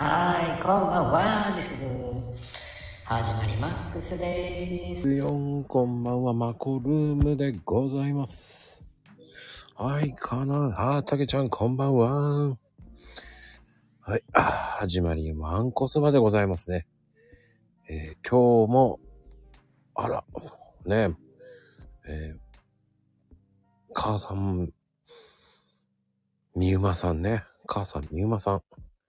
はい、こんばんはです。始まりマックスです。 こんばんは、マコルームでございます。はい、たけちゃん、こんばんは。はい、始まり、わんこそばでございますね。今日も、ね、母さん、みゆまさんね。母さん、みゆまさん。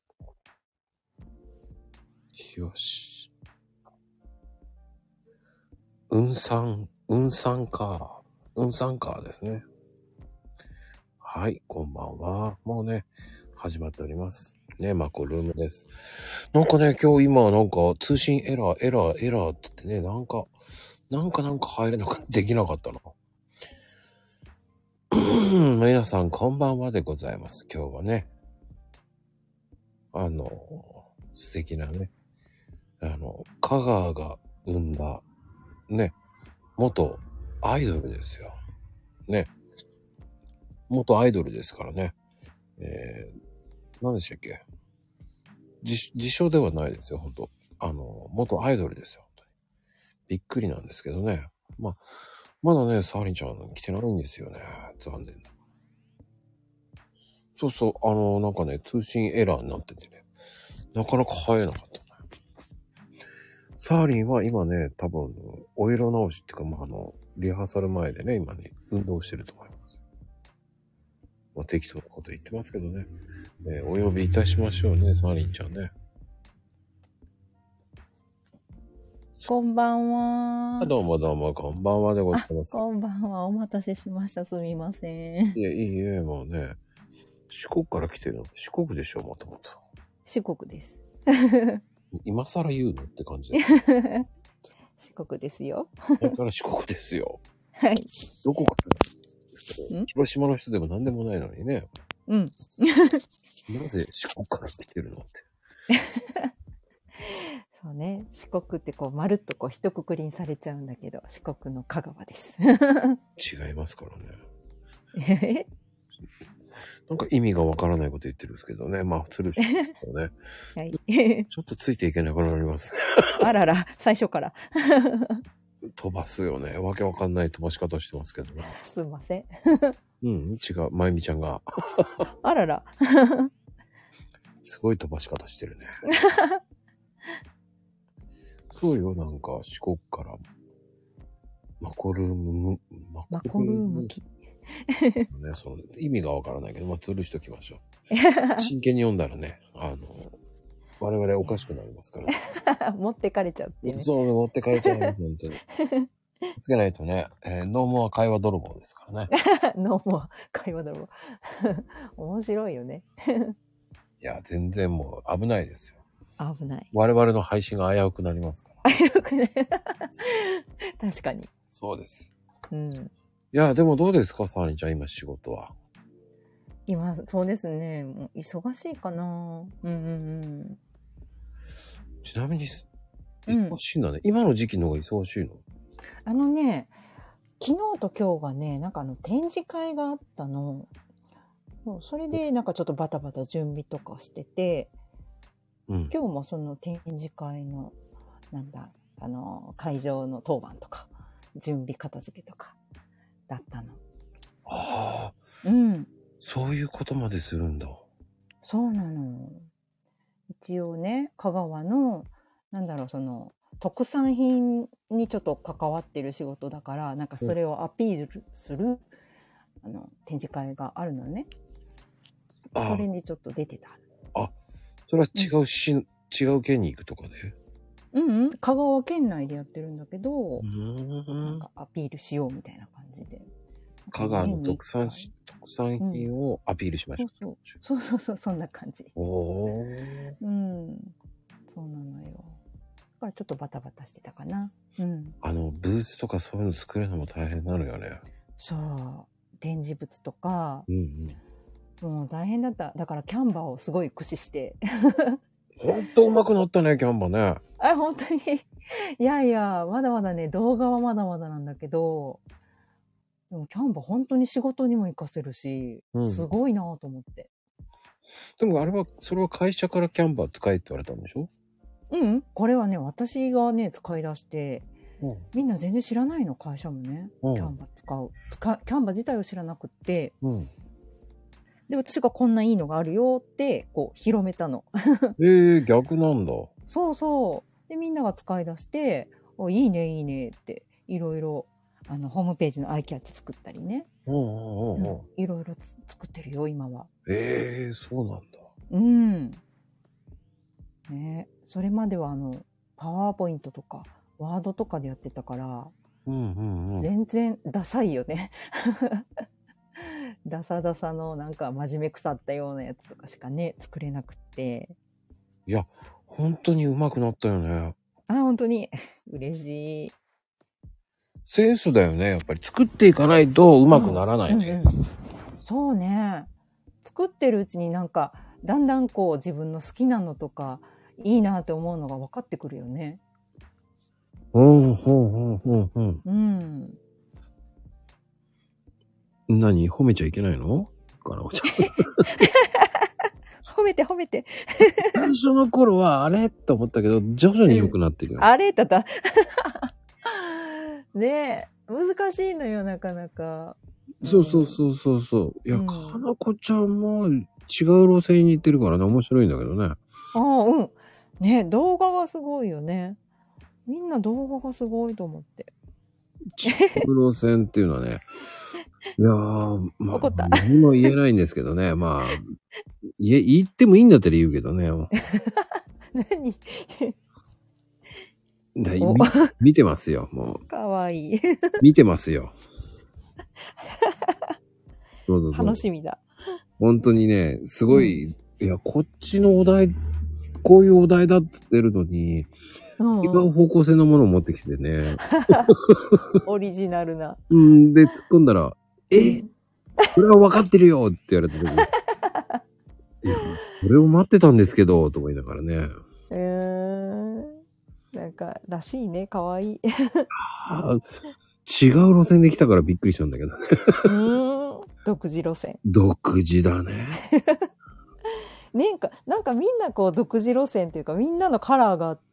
よし。うんさんかですね。はい、こんばんは。もうね、始まっております。ね、マコルームです。なんかね、今日今通信エラーって言ってね、なんか入れなかった、できなかったの。皆さんこんばんはでございます。今日はね、素敵なね、香川が生んだ、ね、元アイドルですよ。ね、元アイドルですからね。何でしたっけ？自称ではないですよ、本当元アイドルですよ。本当にびっくりなんですけどね。まだね、サーリンちゃん来てないんですよね。残念な。そうそう、なんかね、通信エラーになっててね、なかなか入れなかった。サーリンは今ね、多分、お色直しっていうか、リハーサル前でね、今ね、運動してると思います。適当なこと言ってますけどね。お呼びいたしましょうね、サーリンちゃんね。 こんばんは。 どうもどうも、こんばんはでございます。 こんばんは。お待たせしました。すみません。 いえ、もうね、四国から来てるの。四国でしょ、もともと。 四国です。 今更言うのって感じです。 四国ですよ。 だから四国ですよ。 はい。 どこから広島の人でも何でもないのにね。 うん。 なぜ四国から来てるのって。 そうね。四国ってこう、まるっとこう、一括りにされちゃうんだけど、四国の香川です。 違いますからね。なんか意味がわからないこと言ってるんですけどね。するしですよね。 はい。 ちょっとついていけなくなりますね。 あらら、最初から。 飛ばすよね。わけわかんない飛ばし方してますけどね。 すいません。 うん、違う。まゆみちゃんが。 あらら。 すごい飛ばし方してるね。そうよ、なんか四国からマコルームき。 ね、その意味がわからないけど、吊るしときましょう。真剣に読んだらね、我々おかしくなりますから。 持ってかれちゃうってね。 そう、持ってかれちゃいます、本当に。つけないとね、ノーモア会話泥棒ですからね。 ノーモア会話だろう。面白いよね。 いや、全然もう危ないですよ。 危ない。 我々の配信が危うくなりますから。 危うくね。確かに。 そうです。 うん。 いや、でもどうですか、サーリンちゃん、今仕事は。 今、そうですね。もう忙しいかな。うんうんうん。 ちなみに、忙しいんだね。今の時期の方が忙しいの？ 昨日と今日がね、なんか展示会があったの。もうそれでなんかちょっとバタバタ準備とかしてて、今日もその展示会の、会場の当番とか、準備片付けとか、だったの。 ああ。 うん。 そういうことまでするんだ。 そうなの。一応ね、香川の、特産品にちょっと関わってる仕事だから、なんかそれをアピールする、展示会があるのね。それにちょっと出てた。 それは違う県に行くとかで？ 香川県内でやってるんだけど、なんかアピールしようみたいな感じで。 香川の特産品をアピールしましょう。 そう、そんな感じ。そうなのよ。だからちょっとバタバタしてたかな。 ブーツとかそういうの作るのも大変なのよね。 そう。展示物とか。もう大変だった。だからキャンバーをすごい駆使して。 ほんと上手くなったね、キャンバーね。 本当に。いやいや、まだまだね、動画はまだまだなんだけど、でもキャンバー本当に仕事にも活かせるし、すごいなと思って。 でもあれは、それは会社からキャンバー使えって言われたんでしょ？ うん、これはね、私がね、使い出して、 うん。 みんな全然知らないの、会社もね。 うんキャンバキャンバ自体を知らなくって、 うん。 で、私がこんないいのがあるよって、こう、広めたの。 逆なんだ。 そうそう。で、みんなが使い出して、いいね、いいねって、いろいろ、ホームページのアイキャッチ作ったりね。いろいろ作ってるよ、今は。 そうなんだ。 うん。ね、それまではパワーポイントとか、ワードとかでやってたから、全然ダサいよね。ダサダサのなんか真面目腐ったようなやつとかしかね、作れなくって。 いや、本当に上手くなったよね。 本当に嬉しい。 センスだよね。やっぱり作っていかないと上手くならないね。 そうね。作ってるうちになんか、だんだんこう自分の好きなのとか、いいなって思うのが分かってくるよね。何褒めちゃいけないの？かなおちゃん。 褒めて褒めて。 最初の頃はあれと思ったけど、徐々に良くなってるよ。 あれたた。ねえ、難しいのよ、なかなか。 そう。いや、かなこちゃんも違う路線に行ってるからね、面白いんだけどね。 ね、動画がすごいよね。みんな動画がすごいと思って。 違う路線っていうのはね、いやー、 怒った。 何も言えないんですけどね、言ってもいいんだったら言うけどね。 何見てますよ、もう。 かわいい。 見てますよ。どうぞ。 楽しみだ。 本当にね、すごい、いや、こっちのお題、こういうお題だって言ってるのに、違う方向性のものを持ってきてね。 オリジナルな。 で、突っ込んだら、それは分かってるよって言われた時に、いや、それを待ってたんですけど、と思いながらね。 なんか、らしいね、かわいい。 違う路線で来たからびっくりしたんだけどね。 独自路線。 独自だね。 なんかみんなこう独自路線っていうかみんなのカラーがあって、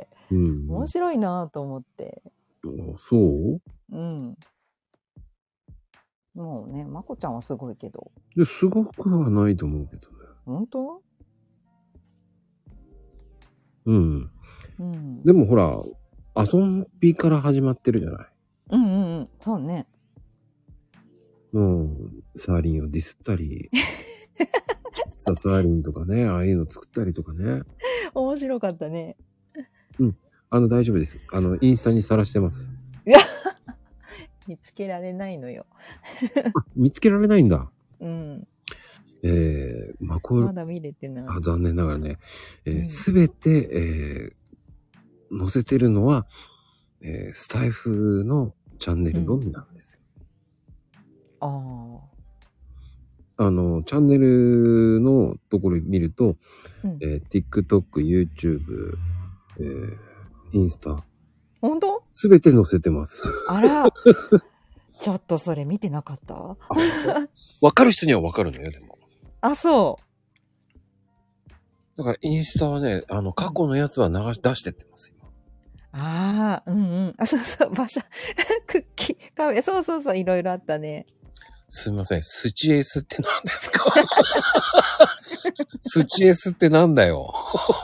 面白いなと思って。 そう？ もうね、まこちゃんはすごいけど。 すごくはないと思うけどね。 本当？ でもほら、遊びから始まってるじゃない。 そうね。 サーリンをディスったり、サーリンとかね、ああいうの作ったりとかね。 面白かったね。 大丈夫です。インスタに晒してます。 見つけられないのよ。 見つけられないんだ。 まだ見れてない。 残念ながらね、すべて、載せてるのは、スタイフのチャンネルのみなんですよ。チャンネルのところ見ると、TikTok、YouTube、インスタ。 本当？ すべて載せてます。 あら。ちょっとそれ見てなかった？ わかる人にはわかるのよ、でも。 そう。 だからインスタはね、過去のやつは出してってます、今。 そう、馬車、クッキー、カフェ、そう、いろいろあったね。 すいません、スチエスって何ですか？スチエスってなんだよ。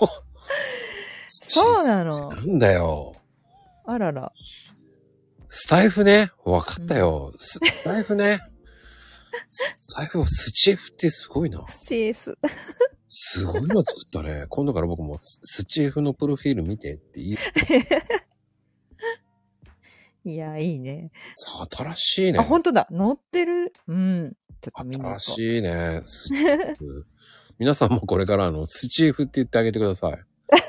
そうなの。 なんだよ。 あらら。 スタイフね。わかったよ。スタイフね。スタイフをスチエフってすごいな。 スチエス。 すごいの作ったね。今度から僕もスチエフのプロフィール見てって言う。 いや、いいね。 新しいね。 本当だ。載ってる。ちょっと見に行こう。 新しいね。スチエフ。皆さんもこれからスチエフって言ってあげてください。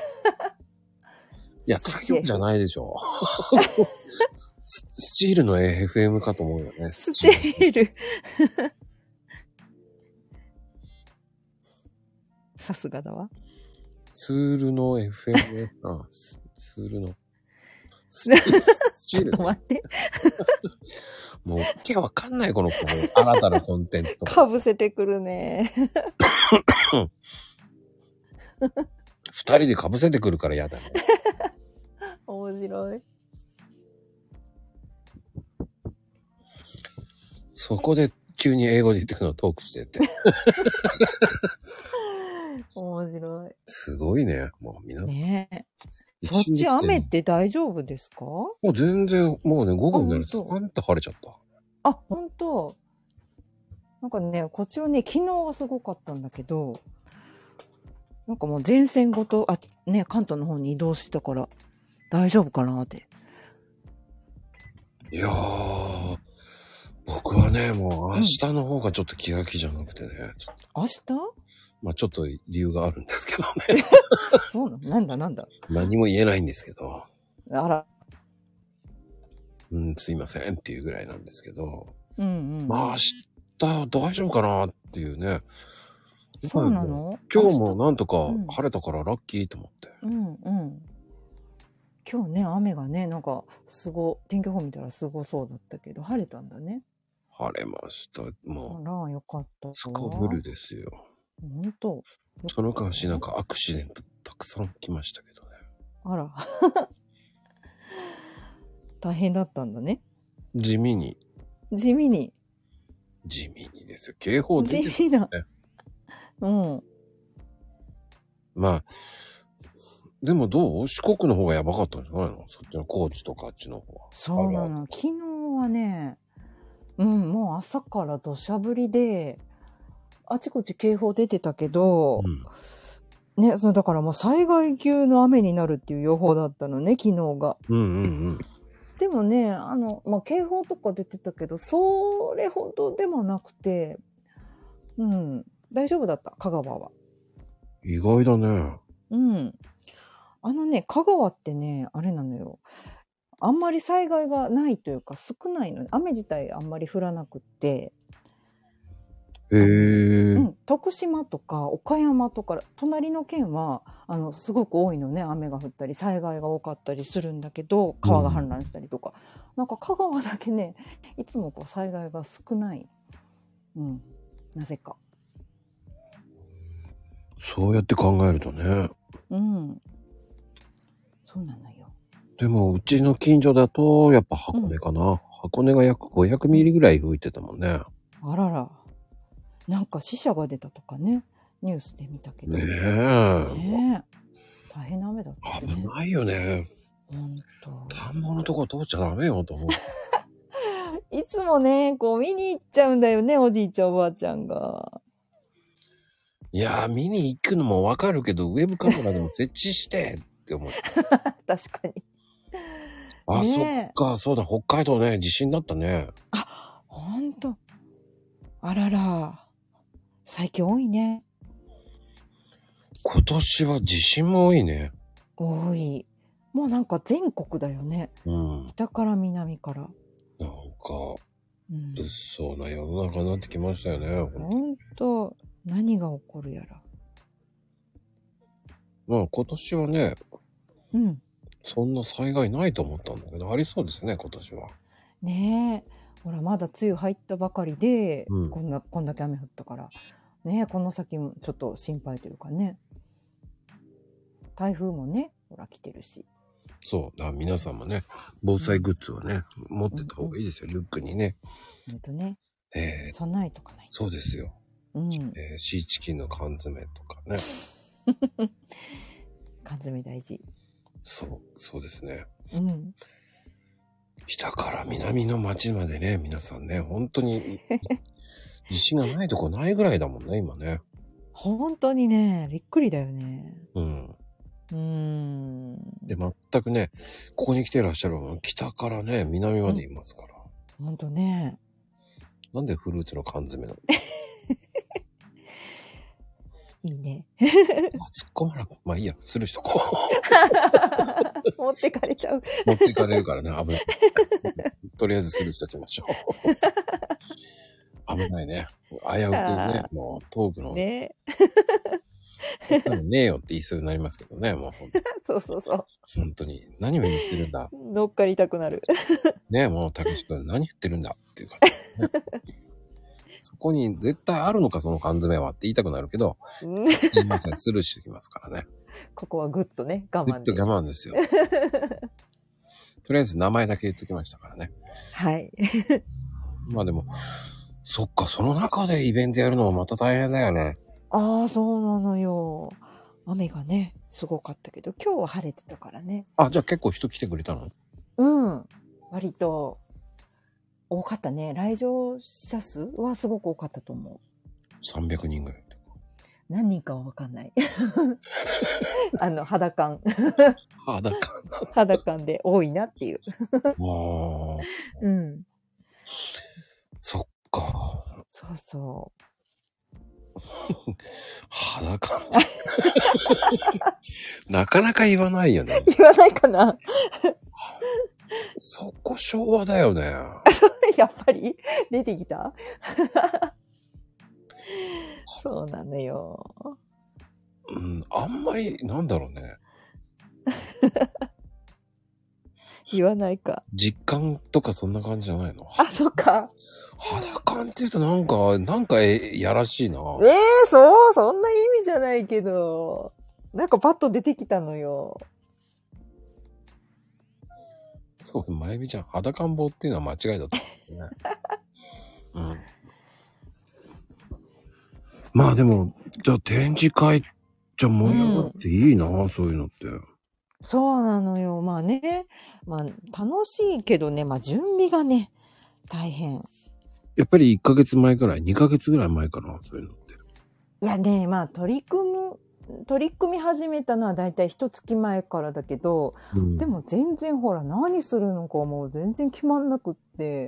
いや、太陽じゃないでしょ。スチールの FM かと思うよね。 スチール。さすがだわ。 ツールの FM。ツールの。 スチールちょっと待って。 もう、わけわかんないこの新たなコンテンツとか。 かぶせてくるね。 二人でかぶせてくるから嫌だね。 面白い。 そこで急に英語で言ってくのをトークしてて。 面白い。 すごいね。もう皆さん。 ねえ。そっち雨って大丈夫ですか？ もう全然、もうね、午後になるとスパンと晴れちゃった。 あ、ほんと。なんかね、こっちはね、昨日はすごかったんだけど、なんかもう前線ごと、ね、関東の方に移動してたから、大丈夫かなって。 いやー、僕はね、もう明日の方がちょっと気が気じゃなくてね。 明日？ まあちょっと理由があるんですけどね。 そうなの？なんだ何も言えないんですけど。 あら。 すいませんっていうぐらいなんですけど。 うんうん。 まあ明日大丈夫かなっていうね。 そうなの？ 今日もなんとか晴れたからラッキーと思って。 うんうん。今日ね、雨がね、なんか天気予報見たらすごそうだったけど、晴れたんだね。 晴れました。もう。 あら、よかった。 すこぶるですよ。 ほんと。 その間しなんかアクシデントたくさん来ましたけどね。 あら。大変だったんだね。 地味にですよ。警報出てる、ね。 地味な。うん。 まあ、でもどう？四国の方がやばかったんじゃないの？そっちの高知とかあっちの方は。 そうなの。昨日はね、もう朝から土砂降りで、あちこち警報出てたけど、ね、だからもう災害級の雨になるっていう予報だったのね、昨日が。でもね、警報とか出てたけど、それほどでもなくて、大丈夫だった、香川は。 意外だね。 香川ってね、あれなのよ。あんまり災害がないというか少ないのね。雨自体あんまり降らなくって。徳島とか岡山とか隣の県はすごく多いのね。雨が降ったり災害が多かったりするんだけど、川が氾濫したりとか、なんか香川だけね、いつもこう災害が少ない。なぜか。 そうやって考えるとね。 そうなのよ。 でもうちの近所だとやっぱ箱根かな。箱根が約500ミリぐらい吹いてたもんね。 あらら。なんか死者が出たとかね、ニュースで見たけど。 ねえ。 大変な雨だったね。 危ないよね。 ほんと。 田んぼのとこ通っちゃダメよと思う。 いつもね、こう見に行っちゃうんだよね、おじいちゃんおばあちゃんが。 いやー、見に行くのもわかるけど、ウェブカメラでも設置してって思う。 確かに。 そっか、そうだ、北海道ね、地震だったね。 ほんと。あらら。最近多いね。 今年は地震も多いね。 多い。もうなんか全国だよね。北から南から。 なんか、物騒な世の中になってきましたよね。 ほんと、何が起こるやら。 まあ今年はね、そんな災害ないと思ったんだけど、ありそうですね、今年は。 ねえ。ほら、まだ梅雨入ったばかりで、こんだけ雨降ったから。ねえ、この先もちょっと心配というかね。台風もね、ほら来てるし。 そう。皆さんもね、防災グッズをね、持ってた方がいいですよ、リュックにね。 ほんとね。備えとかないと。 そうですよ。シーチキンの缶詰とかね。 缶詰大事。 そうですね。北から南の町までね、皆さんね、本当に地震がないとこないぐらいだもんね、今ね。 本当にね、びっくりだよね。 で、全くね、ここに来てらっしゃるの北からね、南までいますから。 本当ね。 なんでフルーツの缶詰なの？ いいね。 突っ込まなく、まあいいや、する人こう。持ってかれちゃう。 持ってかれるからね、危ない。とりあえずする人来ましょう。危ないね。危うくね、もうトークの。ねえよって言いそうになりますけどね、もう。 そう。 本当に。何を言ってるんだ。 乗っかりたくなる。 ね、もう、たけし君何言ってるんだっていう感じ、ね。そこに絶対あるのか、その缶詰はって言いたくなるけど、言いません。スルーしてきますからね。 ここはグッとね、我慢で。 グッと我慢ですよ。とりあえず名前だけ言っときましたからね。 はい。 まあでも、そっか、その中でイベントやるのもまた大変だよね。 ああ、そうなのよ。雨がね、すごかったけど、今日は晴れてたからね。 あ、じゃあ結構人来てくれたの？ うん。割と、多かったね。来場者数はすごく多かったと思う。 300人ぐらい。 何人かはわかんない。肌感。肌感で多いなっていう。うん。 そっか。 そうそう。 肌感。なかなか言わないよね。 言わないかな。 そこ昭和だよね。 やっぱり出てきたそうなのよ。 うん、あんまり、なんだろうね。 言わないか。 実感とかそんな感じじゃないの？ あ、そっか。 肌感って言うとなんかやらしいな。 そう、そんな意味じゃないけど、なんかパッと出てきたのよ。 そう、まゆみちゃん、肌感棒っていうのは間違いだと思うね。うん。まあでも、じゃあ展示会、じゃあ盛り上がっていいな、そういうのって。 そうなのよ。まあね、まあ楽しいけどね、まあ準備がね、大変。 やっぱり1ヶ月前くらい、2ヶ月ぐらい前かな、そういうのって。 いやね、まあ取り組み始めたのはだいたい1月前からだけど、でも全然ほら何するのかもう全然決まんなくって、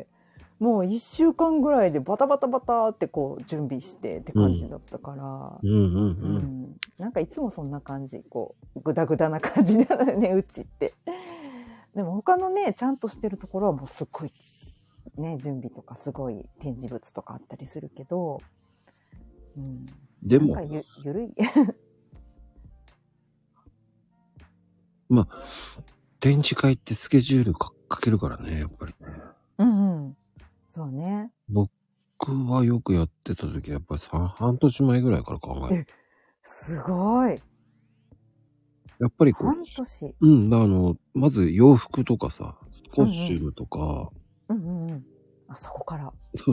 もう1週間ぐらいでバタバタバタってこう準備してって感じだったから、なんかいつもそんな感じ、こうグダグダな感じだよね、うちって。でも他のね、ちゃんとしてるところはもうすっごいね、準備とかすごい展示物とかあったりするけど、 でもなんかゆるい。 まあ、展示会ってスケジュールかけるからね、やっぱりね。 そうね。 僕はよくやってた時はやっぱり半年前ぐらいから考える。 すごい。 やっぱりこう。 半年。 まず洋服とかさ、コスチュームとか。 あそこから。 そう。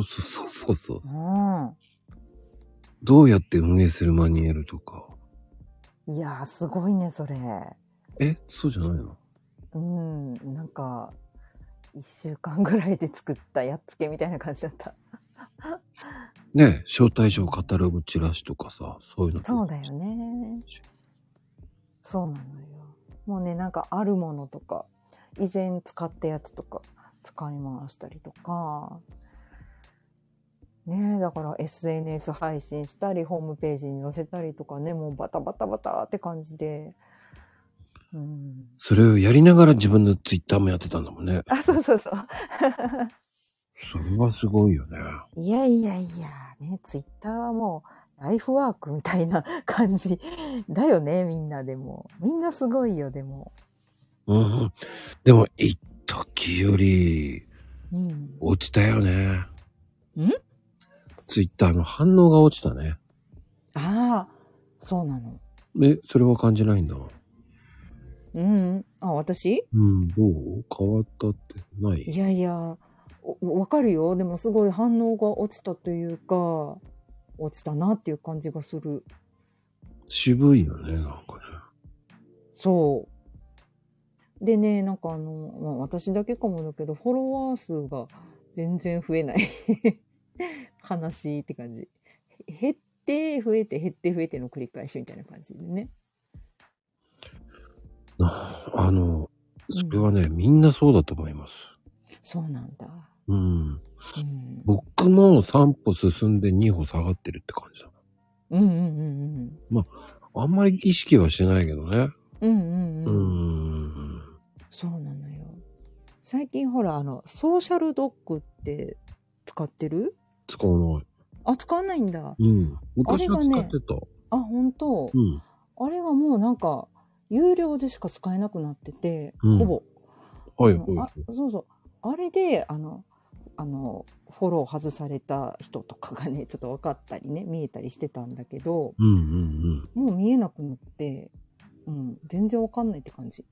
どうやって運営するマニュアルとか。 いやー、すごいね、それ。 そうじゃないの？ なんか、1週間ぐらいで作ったやっつけみたいな感じだった。 ねえ、招待状カタログチラシとかさ、そういうの。 そうだよね。そうなのよ。もうね、なんかあるものとか、以前使ったやつとか、使い回したりとか、ねえ、だから SNS 配信したり、ホームページに載せたりとかね、もうバタバタバタって感じで。 それをやりながら自分のツイッターもやってたんだもんね。 そう。それはすごいよね。 いや、ね、ツイッターはもうライフワークみたいな感じだよね、みんなでも。みんなすごいよ、でも。 でも、一時より、落ちたよね。ツイッターの反応が落ちたね。 ああ、そうなの。 それは感じないんだ。 私？ どう？変わったってない？ いや、わかるよ。でもすごい反応が落ちたというか、落ちたなっていう感じがする。 渋いよね、なんかね。 そう。でね、なんか私だけかもだけど、フォロワー数が全然増えない。悲しいって感じ。減って増えて減って増えての繰り返しみたいな感じでね。 それはね、みんなそうだと思います。 そうなんだ。 僕も3歩進んで2歩下がってるって感じだ。まあ、あんまり意識はしてないけどね。 そうなのよ。最近ほら、ソーシャルドッグって使ってる？ 使わない。 あ、使わないんだ。 昔は使ってた。 あ、本当？あれがもうなんか、有料でしか使えなくなってて、ほぼ。 はいはいはい。 そうそう。あれで、フォロー外された人とかがね、ちょっと分かったりね、見えたりしてたんだけど、 うんうんうん。 もう見えなくなって、全然分かんないって感じ。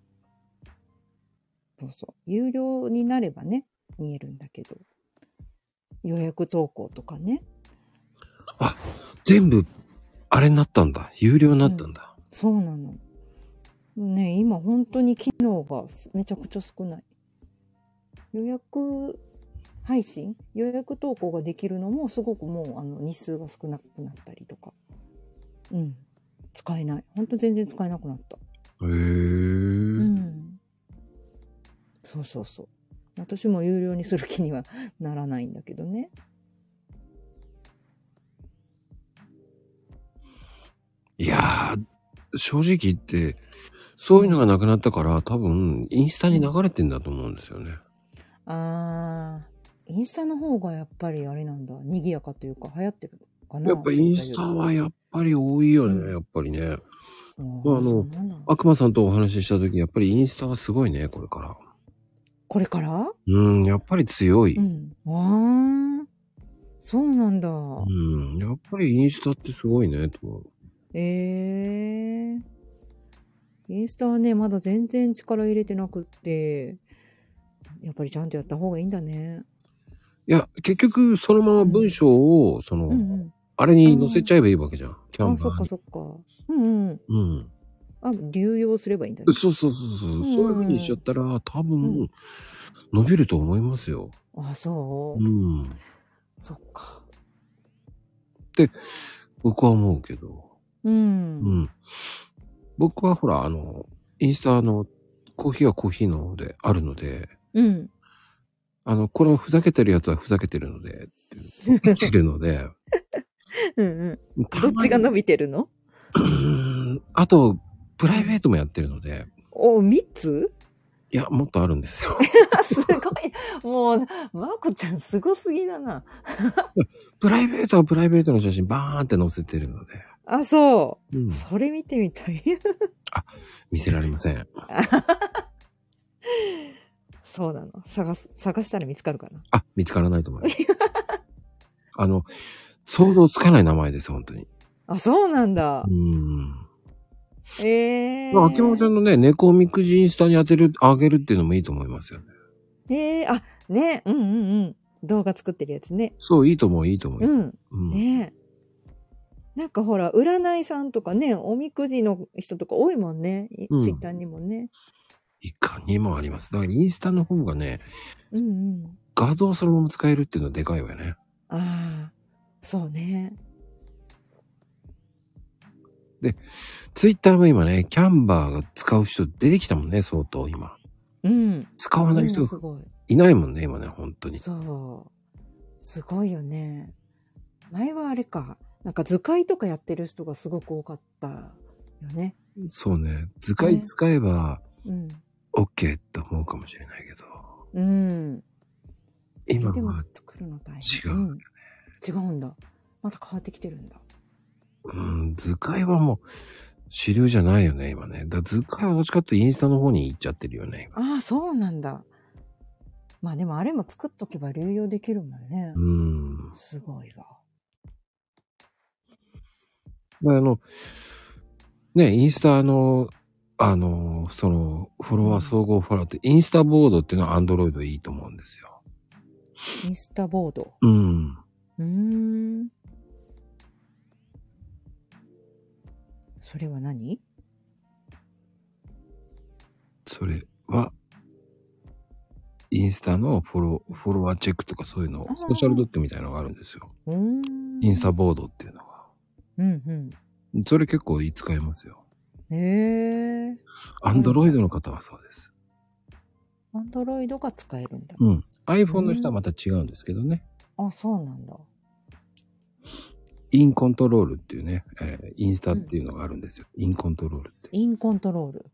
そうそう。有料になればね、見えるんだけど。予約投稿とかね。 あ、全部、あれになったんだ。有料になったんだ。 そうなの。ね、今本当に機能がめちゃくちゃ少ない。予約配信、予約投稿ができるのもすごくもう日数が少なくなったりとか。使えない。本当全然使えなくなった。 へえ。 そうそうそう。私も有料にする気にはならないんだけどね。 いやー、正直言って、そういうのがなくなったから、多分、インスタに流れてんだと思うんですよね。 インスタの方がやっぱりあれなんだ。賑やかというか流行ってるかな。 やっぱインスタはやっぱり多いよね、やっぱりね。悪魔さんとお話しした時、やっぱりインスタはすごいね、これから。 これから？ やっぱり強い。 そうなんだ。 やっぱりインスタってすごいね、と思う。 インスタはね、まだ全然力入れてなくって、やっぱりちゃんとやった方がいいんだね。 いや、結局、そのまま文章を、あれに載せちゃえばいいわけじゃん。キャンバーに。 そっかそっか。流用すればいいんだね。 そう。そういう風にしちゃったら、多分、伸びると思いますよ。 そう。そっか。 って、僕は思うけど。僕はほら、インスタコーヒーはコーヒーの方であるので、このふざけてるやつはふざけてるので、できるので。 どっちが伸びてるの？ あと、プライベートもやってるので。 3つ？ いや、もっとあるんですよ。 すごい。もう、まこちゃんすごすぎだな。 プライベートはプライベートの写真バーンって載せてるので。 そう。それ見てみたい。 見せられません。 そうなの。探したら見つかるかな。 見つからないと思います。想像つかない名前です、本当に。 そうなんだ。 秋山ちゃんのね、猫おみくじインスタにあげるっていうのもいいと思いますよね。 ね。動画作ってるやつね。 そう、いいと思う。 ね。なんかほら、占いさんとかね、おみくじの人とか多いもんね。ツイッターにもね。 いかにもあります。だからインスタの方がね、画像そのまま使えるっていうのはでかいわよね。 そうね。 で、ツイッターも今ね、キャンバーが使う人出てきたもんね、相当今。使わない人いないもんね、今ね、本当に。 そう。すごいよね。前はあれか。なんか図解とかやってる人がすごく多かったよね。 そうね。図解使えば、OK って思うかもしれないけど。今は作るの大変。違うんだよね。 違うんだ。また変わってきてるんだ。 図解はもう主流じゃないよね、今ね。図解はどっちかってインスタの方に行っちゃってるよね。 そうなんだ。まあでもあれも作っとけば流用できるもんね。すごいわ。 インスタその、フォロワー総合フォローって、インスタボードっていうのはアンドロイドいいと思うんですよ。 インスタボード。それは何？ それは、インスタのフォロワーチェックとかそういうの、ソーシャルドッグみたいなのがあるんですよ。インスタボードっていうのが。それ結構使えますよ。アンドロイドの方はそうです。 アンドロイドが使えるんだ。 iPhone の人はまた違うんですけどね。 そうなんだ。 インコントロールっていうね、インスタっていうのがあるんですよ。インコントロールって。 インコントロール。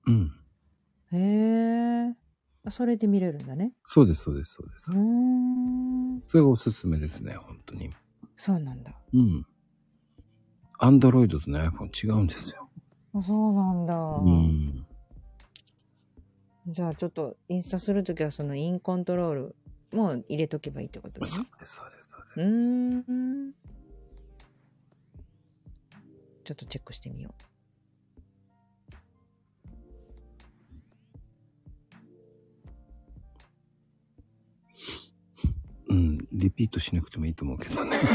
それで見れるんだね。 そうです。それがおすすめですね、本当に。 そうなんだ。 アンドロイドとね、iPhone 違うんですよ。 そうなんだ。 じゃあちょっとインスタするときはそのインコントロールも入れとけばいいってことですね。 そうです、そうです、そうです。 ちょっとチェックしてみようん、リピートしなくてもいいと思うけどね。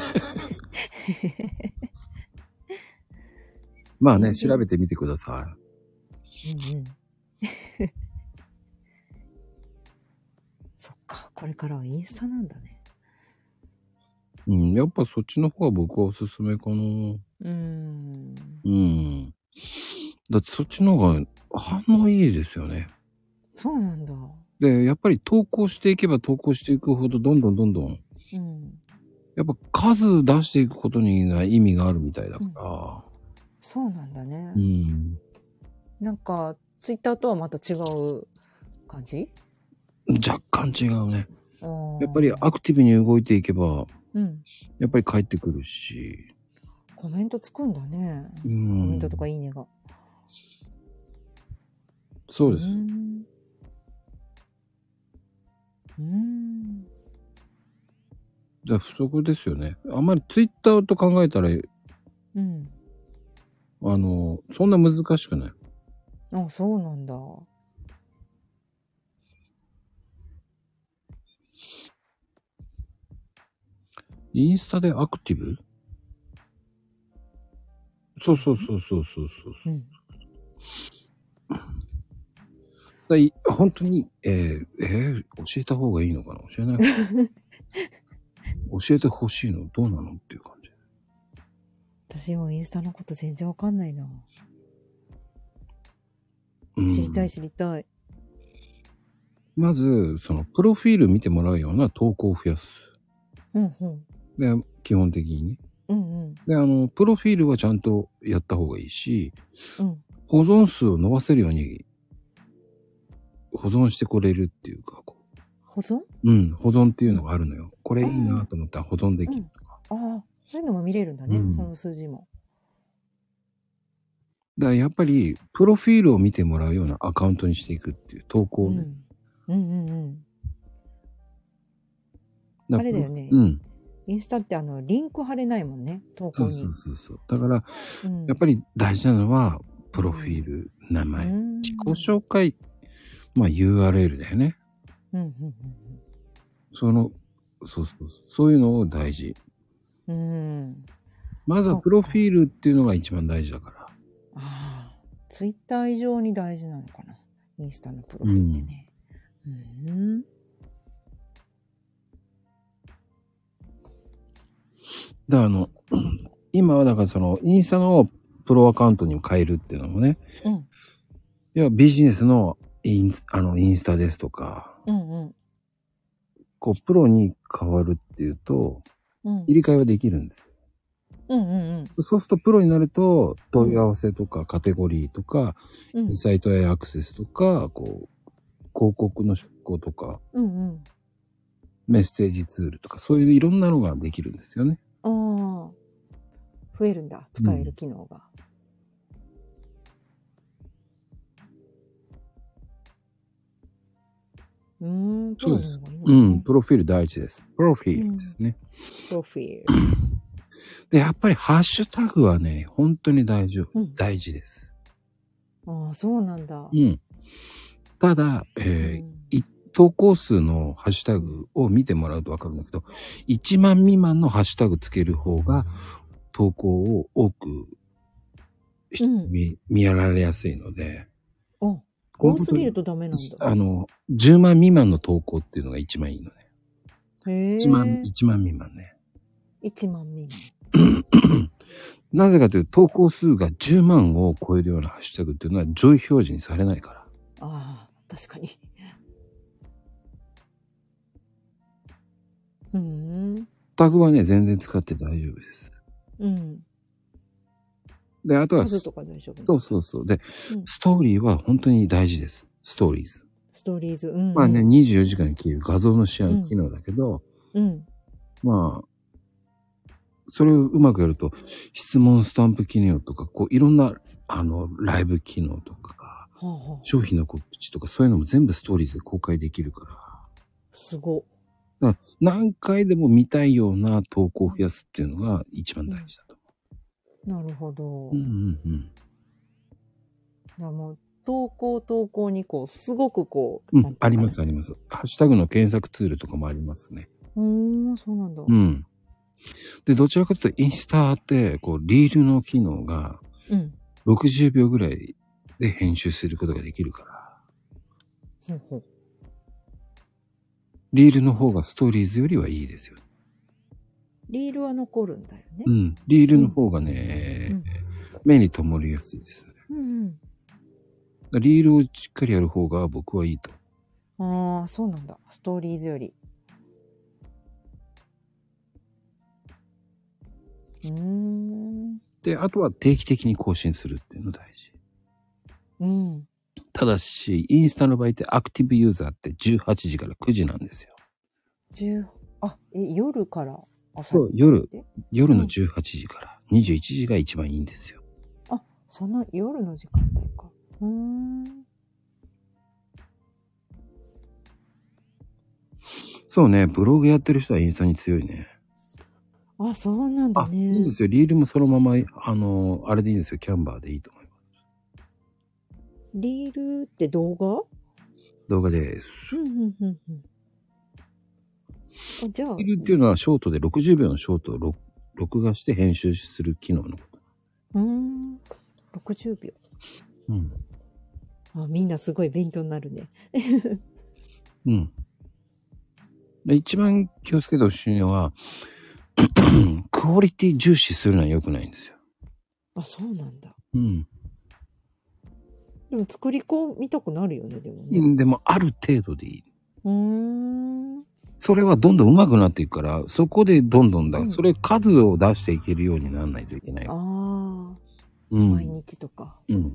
まあね、調べてみてください。 うんうん。そっか、これからはインスタなんだね。 うん、やっぱそっちの方が僕はおすすめかな。うん。だってそっちの方が反応いいですよね。 そうなんだ。 で、やっぱり投稿していけば投稿していくほどどんどん、 うん。 やっぱ数出していくことに意味があるみたいだから。 そうなんだね。なんか、ツイッターとはまた違う感じ？ 若干違うね。やっぱりアクティブに動いていけば、やっぱり返ってくるし。 コメントつくんだね。コメントとかいいねが。 そうです。不足ですよね。あんまりツイッターと考えたら、そんな難しくない。 あ、そうなんだ。 インスタでアクティブ？そう。本当に、教えた方がいいのかな？教えない教えてほしいの？どうなのっていう感じ。 私もインスタのこと全然わかんないな。知りたい。 まず、その、プロフィール見てもらうような投稿を増やす。で、基本的にね。で、プロフィールはちゃんとやった方がいいし、保存数を伸ばせるように、保存してこれるっていうか、 保存？ 保存っていうのがあるのよ。これいいなと思ったら保存できるとか。 そういうのも見れるんだね、その数字も。 だからやっぱり、プロフィールを見てもらうようなアカウントにしていくっていう投稿をね。 あれだよね。インスタってリンク貼れないもんね、投稿に。 そう。だから、やっぱり大事なのは、プロフィール、名前、自己紹介、まあ URL だよね。そういうのを大事。まずはプロフィールっていうのが一番大事だから。 ツイッター以上に大事なのかな、インスタのプロフィールってね。 だから今はだからそのインスタのプロアカウントに変えるっていうのもね、要はビジネスのインスタですとか、こうプロに変わるっていうと、入れ替えはできるんですよ。そうするとプロになると問い合わせとかカテゴリーとか、サイトへアクセスとか、こう広告の出稿とか、メッセージツールとか、そういういろんなのができるんですよね。 増えるんだ、使える機能が。 そうです。プロフィール大事です。プロフィールですね。 プロフィール。 で、やっぱりハッシュタグはね、本当に大事です。 そうなんだ。 ただ、投稿数のハッシュタグを見てもらうとわかるんだけど、1万未満のハッシュタグつける方が投稿を多く、見られやすいので。 多すぎるとダメなんだ。 10万未満の投稿っていうのが一番いいのね。1万未満ね。 1万未満。なぜかというと、投稿数が10万を超えるようなハッシュタグっていうのは上位表示にされないから。 確かに。 タグはね、全然使って大丈夫です。で、あとは、 数とか大丈夫。そう。で、ストーリーは本当に大事です。ストーリーズ。まあね、24時間に消える画像のシェア機能だけど、まあ、それをうまくやると、質問スタンプ機能とか、こう、いろんな、ライブ機能とか、 商品の告知とかそういうのも全部ストーリーズで公開できるから。 すご。 だから何回でも見たいような投稿を増やすっていうのが一番大事だと思う。なるほど。もう投稿にこう、すごくこう、 ありますあります。ハッシュタグの検索ツールとかもありますね。 そうなんだ。 で、どちらかというとインスタって、こう、リールの機能が、60秒ぐらいで編集することができるから。リールの方がストーリーズよりはいいですよ。 リールは残るんだよね。 リールの方がね、目に留まりやすいですね。リールをしっかりやる方が僕はいいと。 ああ、そうなんだ。ストーリーズより。 で、あとは定期的に更新するっていうの大事。ただし、インスタの場合ってアクティブユーザーって18時から9時なんですよ。 夜から朝？ そう、夜の18時から21時が一番いいんですよ。 その夜の時間帯か。 そうね、ブログやってる人はインスタに強いね。 そうなんだね。 いいんですよ。リールもそのまま、あれでいいんですよ。キャンバーでいいと思います。 リールって動画です。 じゃあ。 リールっていうのはショートで60秒のショートを録画して編集する機能のこと。 60秒。みんなすごい勉強になるね。 一番気をつけてほしいのは、クオリティ重視するのは良くないんですよ。 そうなんだ。でも作り込みたくなるよね、でもね。 でもある程度でいい。それはどんどん上手くなっていくから、そこでどんどんそれ数を出していけるようにならないといけない。 毎日とか。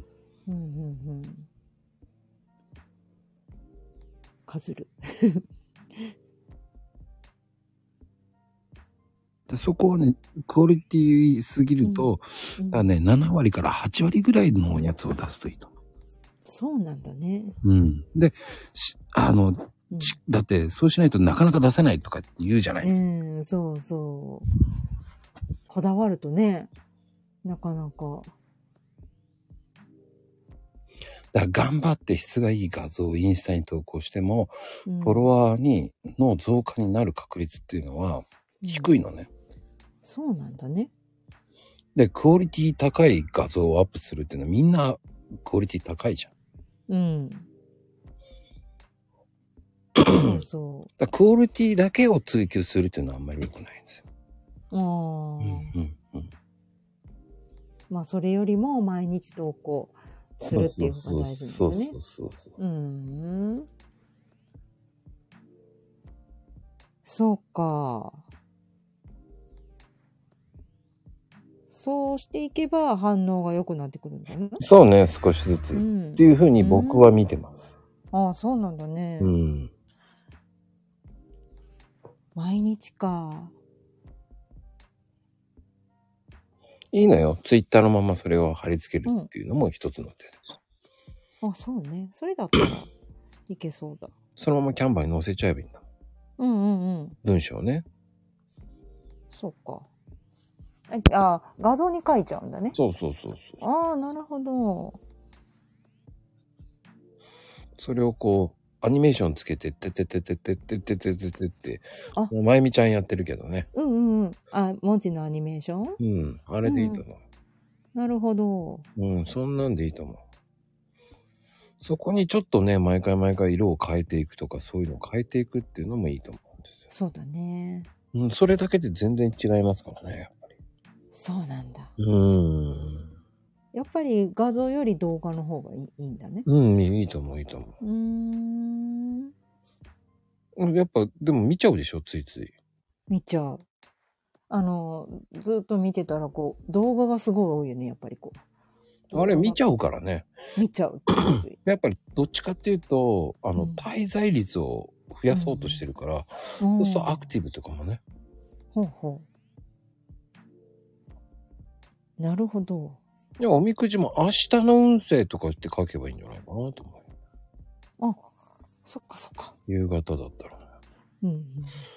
数る。 そこはね、クオリティすぎると、7割から8割ぐらいのやつを出すといいと思う。 そうなんだね。 で、だってそうしないとなかなか出せないとかって言うじゃない。 そうそう。こだわるとね、なかなか。 だから頑張って質がいい画像をインスタに投稿しても、フォロワーの増加になる確率っていうのは低いのね。 そうなんだね。 で、クオリティ高い画像をアップするっていうのはみんなクオリティ高いじゃん。そうそう。だクオリティだけを追求するっていうのはあんまり良くないんですよ。それよりも毎日投稿するっていうのが大事なんだね。そうか。そうしていけば反応が良くなってくるんだね。 そうね、少しずつ。っていうふうに僕は見てます。 そうなんだね。毎日か。 いいのよ。ツイッターのままそれを貼り付けるっていうのも一つの手です。 そうね。それだったらいけそうだ。 そのままキャンバーに載せちゃえばいいんだ。文章ね。 そうか。画像に書いちゃうんだね。 そう。 なるほど。 それをこう、アニメーションつけて、ててててててててててって、もうまゆみちゃんやってるけどね。 文字のアニメーション？ あれでいいと思う。なるほど。 そんなんでいいと思う。そこにちょっとね、毎回色を変えていくとか、そういうのを変えていくっていうのもいいと思うんですよ。 そうだね。 それだけで全然違いますからね、やっぱり。 そうなんだ。やっぱり画像より動画の方がいいんだね。 いいと思う。やっぱ、でも見ちゃうでしょ、ついつい。 見ちゃう。ずっと見てたら、動画がすごい多いよね、やっぱりあれ見ちゃうからね。 見ちゃう。 やっぱりどっちかっていうと、滞在率を増やそうとしてるから、そうするとアクティブとかもね。 なるほど。 いや、おみくじも明日の運勢とかって書けばいいんじゃないかなと思う。 あ、そっかそっか。 夕方だったらね。 うん、うん。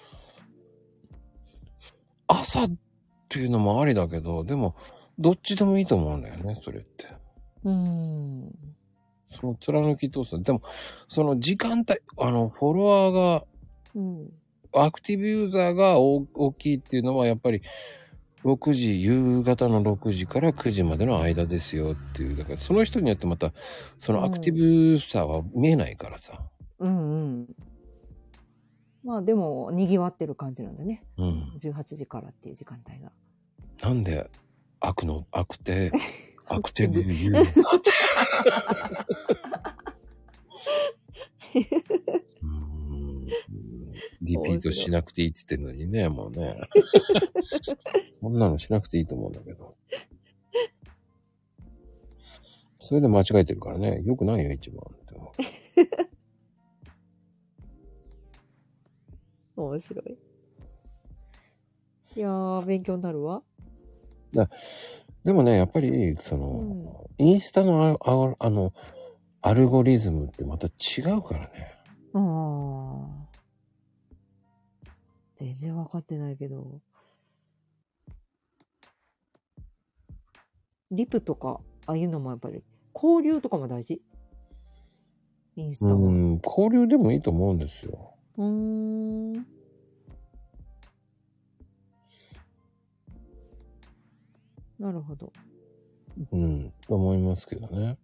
朝っていうのもありだけど、でも、どっちでもいいと思うんだよね、それって。その貫き通す。でも、その時間帯、フォロワーが、アクティブユーザーが大きいっていうのは、やっぱり、6時、夕方の6時から9時までの間ですよっていう。だから、その人によってまた、そのアクティブさは見えないからさ。 まあでも、賑わってる感じなんだね。 うん。 18時からっていう時間帯が。 なんで、アクティブユーザーって。リピートしなくていいって言ってんのにね、もうね。そんなのしなくていいと思うんだけど。それで間違えてるからね。よくないよ、一番って思う。 面白い。いやー、勉強になるわ。 でもね、やっぱり、インスタのアルゴリズムってまた違うからね。 全然わかってないけど。リプとか、ああいうのもやっぱり、交流とかも大事？インスタは。 交流でもいいと思うんですよ。 なるほど。 と思いますけどね。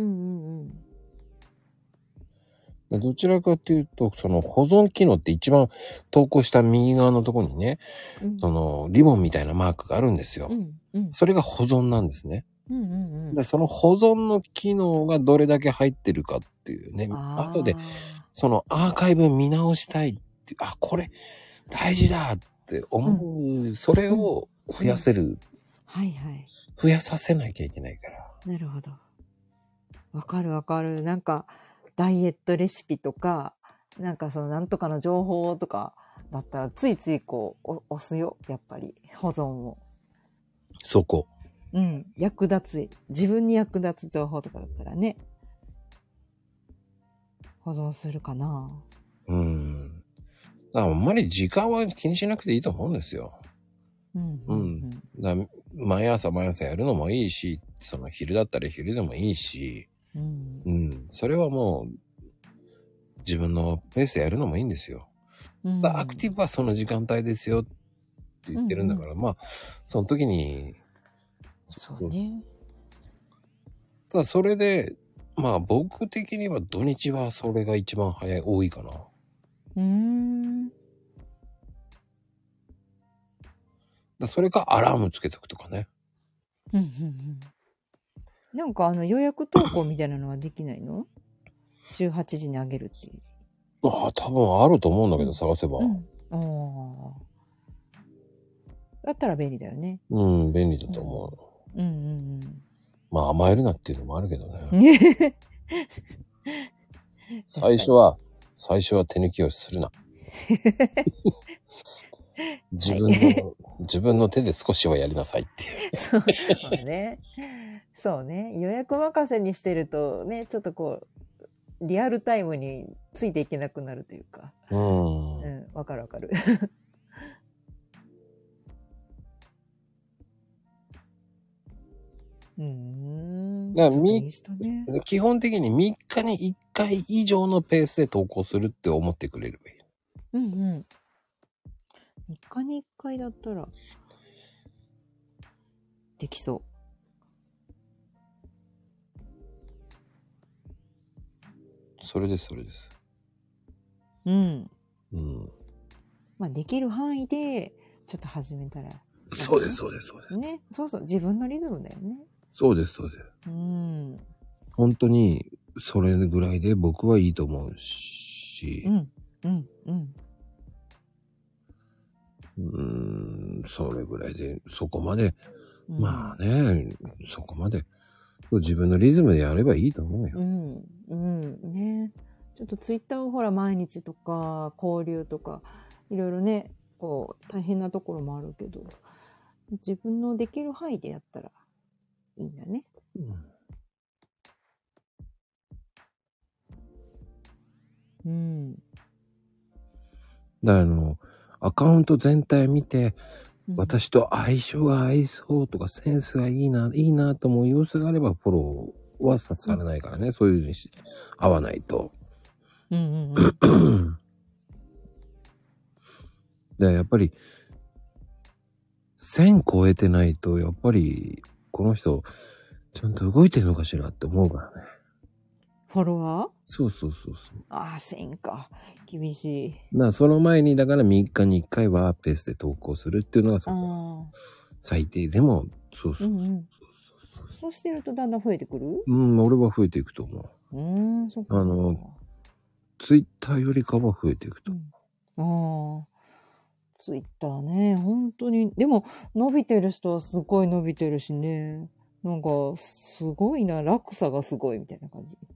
どちらかというと、その保存機能って一番投稿した右側のところにね、そのリボンみたいなマークがあるんですよ。それが保存なんですね。で、その保存の機能がどれだけ入ってるかっていうね。後で、そのアーカイブ見直したいって、これ大事だって思う、それを増やせる。増やさせなきゃいけないから。 なるほど。わかるわかる。なんか、ダイエットレシピとか、なんかそのなんとかの情報とかだったら、ついついこう、押すよ。やっぱり、保存を。 そこ。 役立つ、自分に役立つ情報とかだったらね、保存するかな。 あんまり時間は気にしなくていいと思うんですよ。毎朝やるのもいいし、その昼だったら昼でもいいし、それはもう自分のペースでやるのもいいんですよ。アクティブはその時間帯ですよって言ってるんだから、まあ、その時に、 そうね。 ただそれで、まあ僕的には土日はそれが一番多いかな。それかアラームつけとくとかね。 なんか予約投稿みたいなのはできないの？18時にあげるっていう。 多分あると思うんだけど、探せば。 だったら便利だよね。 便利だと思う。まあ甘えるなっていうのもあるけどね。最初は手抜きをするな。自分の手で少しはやりなさいっていう。 そうね。そうね。予約任せにしてるとね、ちょっとこう、リアルタイムについていけなくなるというか。わかるわかる。 基本的に3日に1回以上のペースで投稿するって思ってくれればいい。 3日に1回だったらできそう。 それです。 まあできる範囲でちょっと始めたら。 そうです。 ね、そう自分のリズムだよね。 そうです。本当にそれぐらいで僕はいいと思うし。それぐらいで、そこまで、まあね、そこまで、自分のリズムでやればいいと思うよ。 ね。ちょっとツイッターをほら、毎日とか、交流とか、いろいろね、こう、大変なところもあるけど、自分のできる範囲でやったらいいんだね。うん。 だからアカウント全体見て、私と相性が合いそうとか、センスがいいなと思う様子があればフォローはされないからね。そういうふうに合わないと。で、やっぱり、1000超えてないと、やっぱり、この人、ちゃんと動いてるのかしらって思うからね。 フォロワー？ そう。 ああ、1000か。厳しい。 その前に、だから3日に1回はペースで投稿するっていうのが最低でも、そう。 そうしてるとだんだん増えてくる？ 俺は増えていくと思う。 そっか。 ツイッターよりかは増えていくと。 ツイッターね、本当に。でも、伸びてる人はすごい伸びてるしね。なんか、すごいな、落差がすごいみたいな感じ。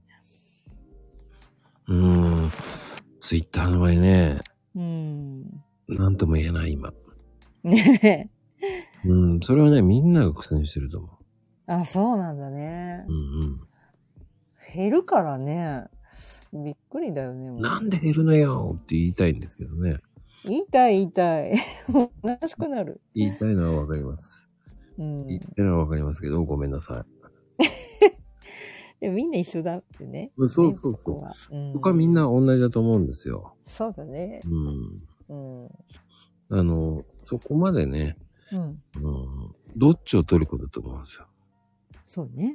ツイッターの場合ね。なんとも言えない、今。 ねえ。それはね、みんなが苦戦してると思う。 あ、そうなんだね。減るからね。びっくりだよね。 なんで減るのよって言いたいんですけどね。 言いたい。悲しくなる。 言いたいのはわかります。言いたいのはわかりますけど、ごめんなさい。 でもみんな一緒だってね。 そう。そこはみんな同じだと思うんですよ。 そうだね。 そこまでね、どっちを取ることだと思うんですよ。 そうね。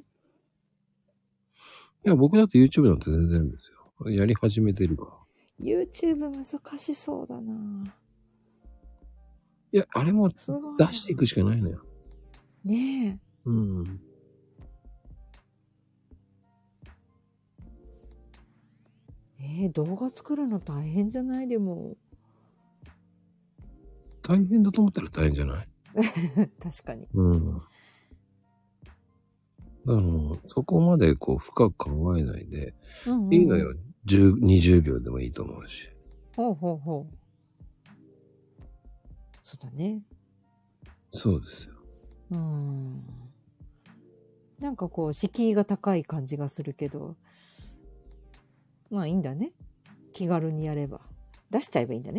いや、僕だって YouTube なんて全然ですよ。やり始めてるから。 YouTube 難しそうだな。 いや、あれも出していくしかないのよ。 ねえ。動画作るの大変じゃない？でも。 大変だと思ったら大変じゃない？ 確かに。 そこまで深く考えないで、いいのよ。20秒でもいいと思うし。 ほう。そうだね。 そうですよ。 なんか敷居が高い感じがするけど、まあいいんだね。気軽にやれば。出しちゃえばいいんだね。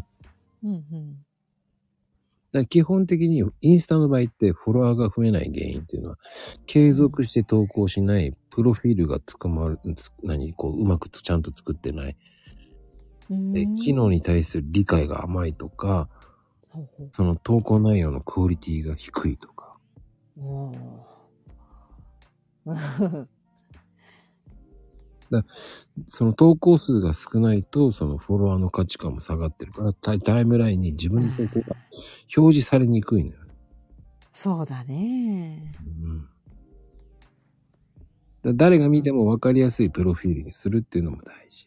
だから基本的にインスタの場合ってフォロワーが増えない原因っていうのは、継続して投稿しない、プロフィールがうまくちゃんと作ってない。機能に対する理解が甘いとか、その投稿内容のクオリティが低いとか。その投稿数が少ないと、そのフォロワーの価値観も下がってるから、タイムラインに自分の投稿が表示されにくいのよ。 そうだね。 誰が見ても分かりやすいプロフィールにするっていうのも大事。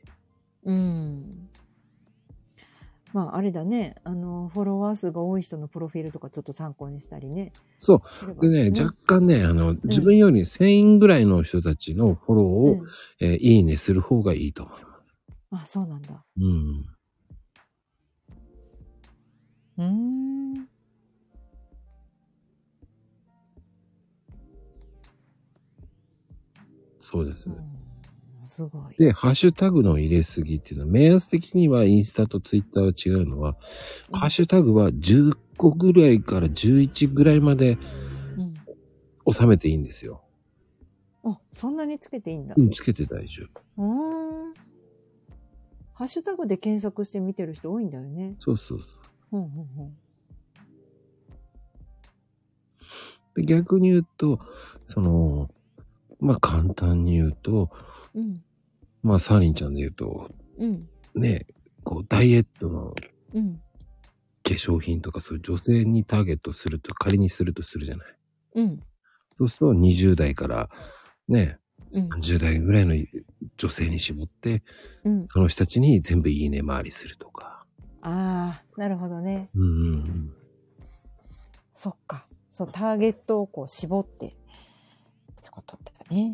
まああれだね。フォロワー数が多い人のプロフィールとかちょっと参考にしたりね。 そう。でね、若干ね、自分より1000人ぐらいの人たちのフォローを、いいねする方がいいと思います。 あ、そうなんだ。 そうです。 すごい。 で、ハッシュタグの入れすぎっていうのは、目安的にはインスタとツイッターは違うのは、ハッシュタグは10個ぐらいから11ぐらいまで収めていいんですよ。 あ、そんなにつけていいんだ。 つけて大丈夫。 ハッシュタグで検索して見てる人多いんだよね。 そう。で、逆に言うと、簡単に言うと、サーリンちゃんで言うと、ね、ダイエットの化粧品とかそういう女性にターゲットすると、仮にするとするじゃない。そうすると20代からね、30代ぐらいの女性に絞って、その人たちに全部いいね回りするとか。 ああ、なるほどね。そっか。そう、ターゲットを絞ってってことだね。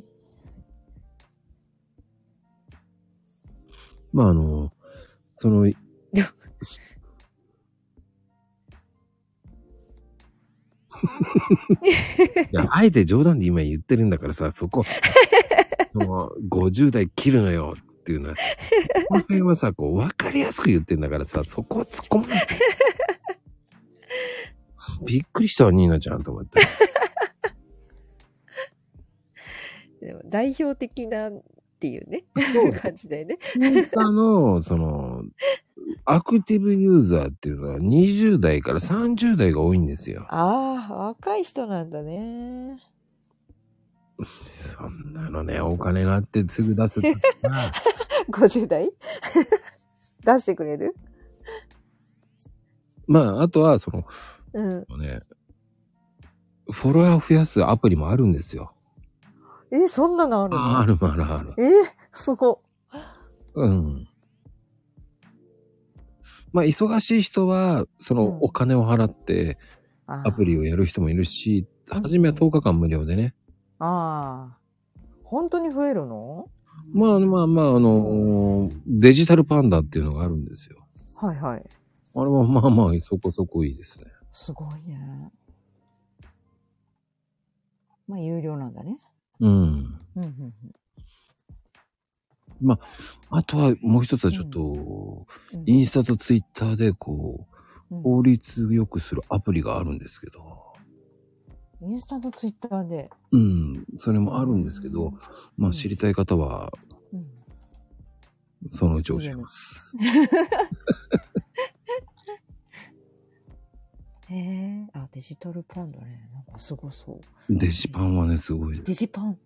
いや、あえて冗談で今言ってるんだからさ、そこ、もう50代切るのよっていうのは、この辺はさ、こう、わかりやすく言ってんだからさ、そこは突っ込まない。びっくりしたわ、ニーナちゃんと思って。 でも代表的なっていうね、感じだよね。 インスタの、アクティブユーザーっていうのは20代から30代が多いんですよ。 ああ、若い人なんだね。 そんなのね、お金があってすぐ出すとか。 50代出してくれる？ まあ、あとは、 うん。 ね、フォロワーを増やすアプリもあるんですよ。 そんなのあるの？ あるあるある。 すご。 うん。まあ、忙しい人は、お金を払って、アプリをやる人もいるし、初めは10日間無料でね。 ああ。本当に増えるの？ まあ、デジタルパンダっていうのがあるんですよ。 はいはい。 あれはまあまあ、そこそこいいですね。 すごいね。まあ、有料なんだね。 うん。まあ、あとはもう一つはちょっと、インスタとツイッターでこう、効率よくするアプリがあるんですけど。 インスタとツイッターで。 うん、それもあるんですけど、まあ知りたい方は、そのうち教えます。 デジタルパンダね。なんかすごそう。 デジパンはね、すごいです。 デジパン。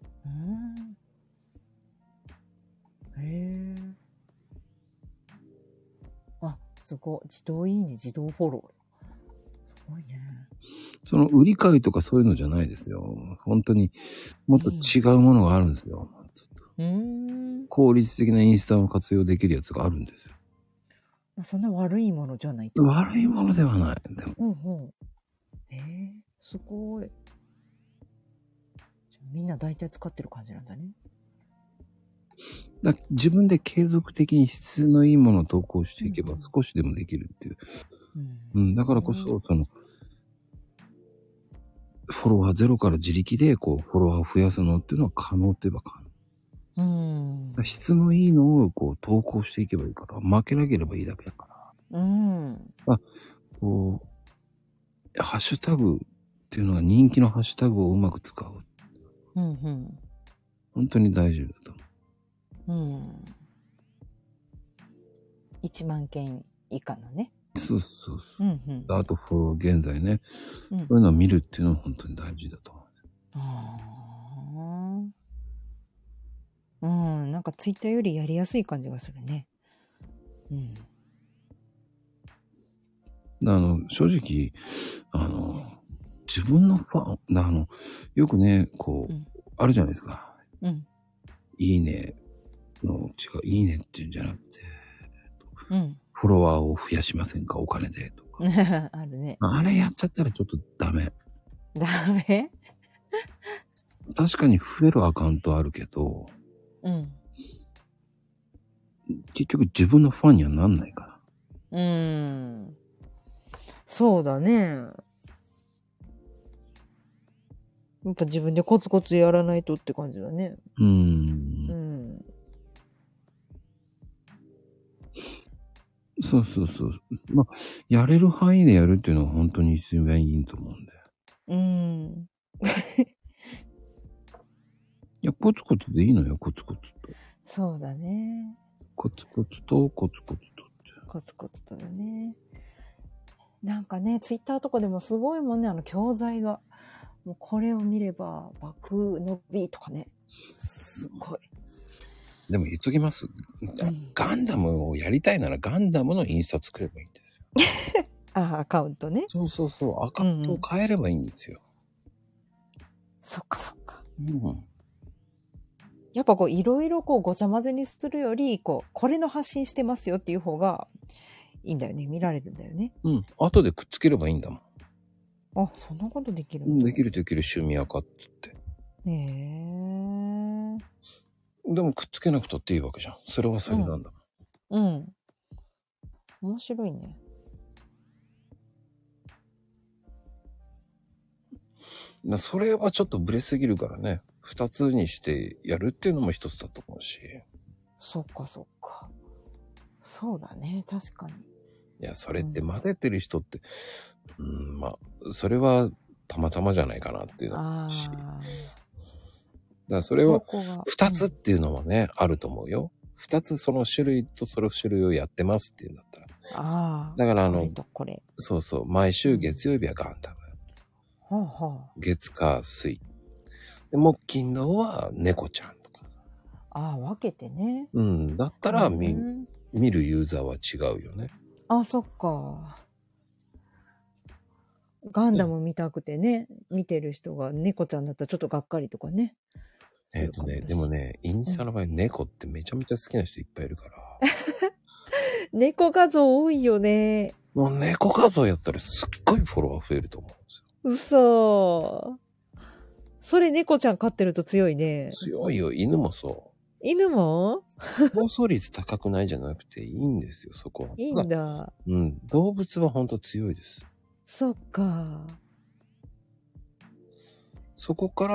すごい。自動いいね。自動フォロー。すごいね。 売り買いとかそういうのじゃないですよ。本当にもっと違うものがあるんですよ。効率的なインスタを活用できるやつがあるんですよ。 そんな悪いものじゃない。 悪いものではない。でも。 すごい。みんな大体使ってる感じなんだね。 自分で継続的に質のいいものを投稿していけば少しでもできるっていう。だからこそ、フォロワーゼロから自力でこうフォロワーを増やすのっていうのは可能って言えば可能。質のいいのをこう投稿していけばいいから、負けなければいいだけだから。こう、ハッシュタグっていうのが人気のハッシュタグをうまく使う。本当に大丈夫だと思う。 1万件以下のね。 そう。あと現在ね、そういうのを見るっていうのは本当に大事だと思う。 なんかツイッターよりやりやすい感じがするね。 正直、自分のファン、よくね、こう、あるじゃないですか。いいねの違う、いいねっていうんじゃなくて、フォロワーを増やしませんか、お金でとか。 あるね。 あれやっちゃったらちょっとダメ。 ダメ？ 確かに増えるアカウントあるけど、結局自分のファンにはなんないから。 そうだね。やっぱ自分でコツコツやらないとって感じだね。 そう。まあ、やれる範囲でやるっていうのは本当に一番いいと思うんで。いや、コツコツでいいのよ、コツコツと。 そうだね。 コツコツと。 コツコツとだね。なんかね、ツイッターとかでもすごいもんね、教材が。もうこれを見れば爆伸びとかね。すごい。 でも言っときます。ガンダムをやりたいならガンダムのインスタ作ればいいんですよ。 アカウントね。 そう。アカウントを変えればいいんですよ。 そっか。やっぱこういろいろこうごちゃ混ぜにするより、これの発信してますよっていう方がいいんだよね。見られるんだよね。 後でくっつければいいんだもん。 そんなことできるんだ。 できる趣味アカって言って。でもくっつけなくたっていいわけじゃん。それはそれなんだ。 面白いね。 それはちょっとブレすぎるからね。二つにしてやるっていうのも一つだと思うし。 そっかそっか。そうだね、確かに。 いや、それって混ぜてる人って、まあ、それはたまたまじゃないかなっていうのもあるし。だからそれは、二つっていうのはね、あると思うよ。二つその種類とその種類をやってますっていうんだったら。だからこれ。 そうそう、毎週月曜日はガンダム。月火水。で、木金土は猫ちゃんとか。 分けてね。 だったら見るユーザーは違うよね。 そっか。ガンダム見たくてね、見てる人が猫ちゃんだったらちょっとがっかりとかね。 でもね、インスタの場合、猫ってめちゃめちゃ好きな人いっぱいいるから。 猫画像多いよね。 もう猫画像やったらすっごいフォロワー増えると思うんですよ。 嘘。それ猫ちゃん飼ってると強いね。 強いよ。犬もそう。 犬も放送率高くないじゃなくていいんですよ、そこは。 いいんだ。 動物は本当強いです。 そっか。 そこから、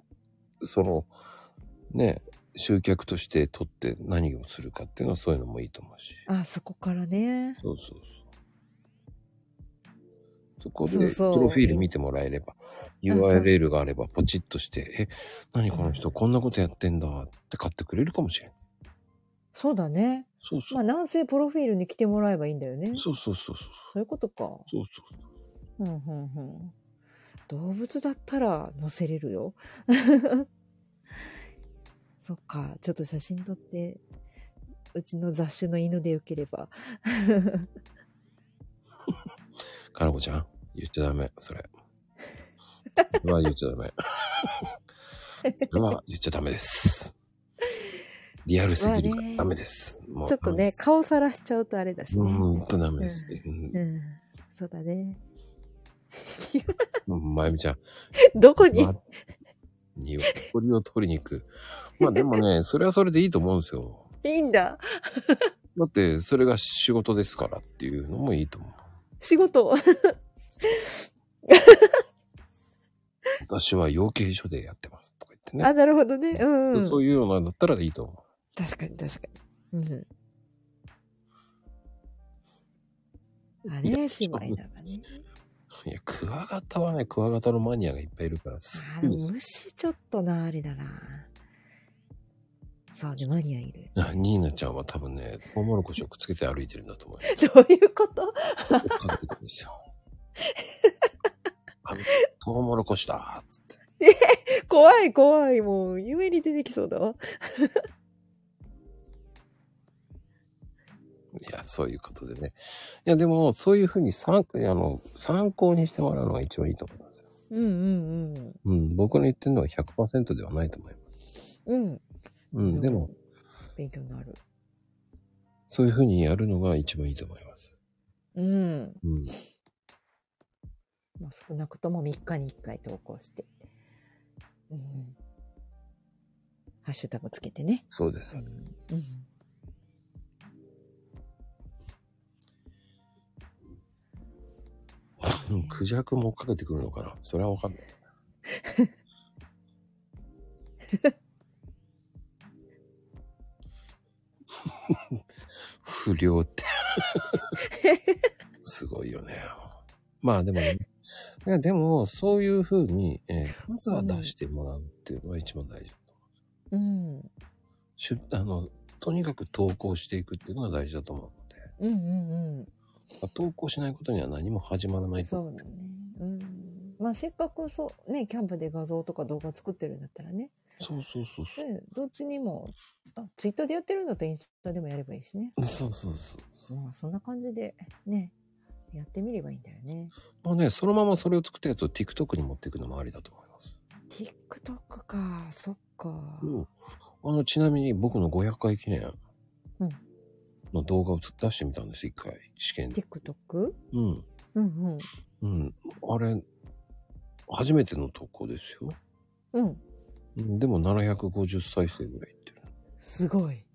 集客として取って何をするかっていうのはそういうのもいいと思うし。 そこからね。 そう。そこで、プロフィール見てもらえれば、URL があればポチッとして、何この人こんなことやってんだって買ってくれるかもしれない。 そうだね。まあ、男性プロフィールに来てもらえばいいんだよね。 そう。 そういうことか。 そう。 動物だったら載せれるよ。そっか。ちょっと写真撮って、うちの雑種の犬でよければ。 かなこちゃん、言っちゃダメ、それ。それは言っちゃダメ。それは言っちゃダメです。リアルすぎるからダメです。 もうちょっとね、顔さらしちゃうとあれだしね。 ダメです。 そうだね。 まゆみちゃん。 どこに鶏を取りに行く。まあでもね、それはそれでいいと思うんですよ。 いいんだ。 だって、それが仕事ですからっていうのもいいと思う。 仕事私は養鶏所でやってますとか言ってね。 なるほどね。 そういうようなのだったらいいと思う。 確かに。姉姉妹だからね。 いや、クワガタはね、クワガタのマニアがいっぱいいるからすでも虫ちょっとな、あれだな。そうね、マニアいる。 ニーナちゃんは多分ね、トウモロコシをくっつけて歩いてるんだと思う。 どういうことかってくるんですよ。トウモロコシだーっつって。 怖い、もう、夢に出てきそうだわ。 いや、そういうことでね。いや、でも、そういうふうに参考にしてもらうのが一番いいと思いますよ。僕の言ってるのは 100% ではないと思います。でも、 勉強になる。 そういうふうにやるのが一番いいと思います。 まあ、少なくとも3日に1回投稿して。ハッシュタグつけてね。 そうです。クジャクも追っかけてくるのかな、それはわかんない。不良ってすごいよね。まあでもね、いやでもそういう風に、まずは出してもらうっていうのが一番大事だと思う。とにかく投稿していくっていうのが大事だと思うので。投稿しないことには何も始まらないと思う。 そうだね。まあせっかくそうね、キャンプで画像とか動画作ってるんだったらね。 そう。 どっちにも、ツイッターでやってるんだとインスタでもやればいいしね。 そう。 まあそんな感じでね、やってみればいいんだよね。 まあね、そのままそれを作ったやつを TikTok に持っていくのもありだと思います。 TikTok か、そっか。 ちなみに僕の500回記念の動画を出してみたんです、一回、試験で。 TikTok？ あれ、初めての投稿ですよ。でも750再生ぐらいいってる。 すごい。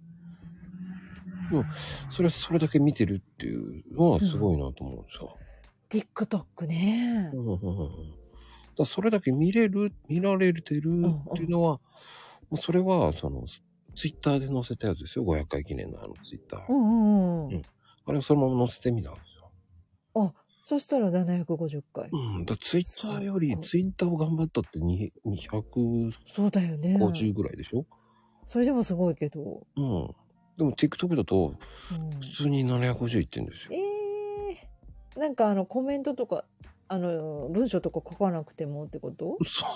それだけ見てるっていうのはすごいなと思うんですよ。 TikTok ね。 だそれだけ見られてるっていうのは、もうそれは、ツイッターで載せたやつですよ。500回記念のツイッター。あれをそのまま載せてみたんですよ。 あ、そしたら750回。 ツイッターより、ツイッターを頑張ったって250 そうだよね。 ぐらいでしょ？ それでもすごいけど。 でも TikTok だと、普通に750いってんですよ。 なんかコメントとか、文章とか書かなくてもってこと？ そう。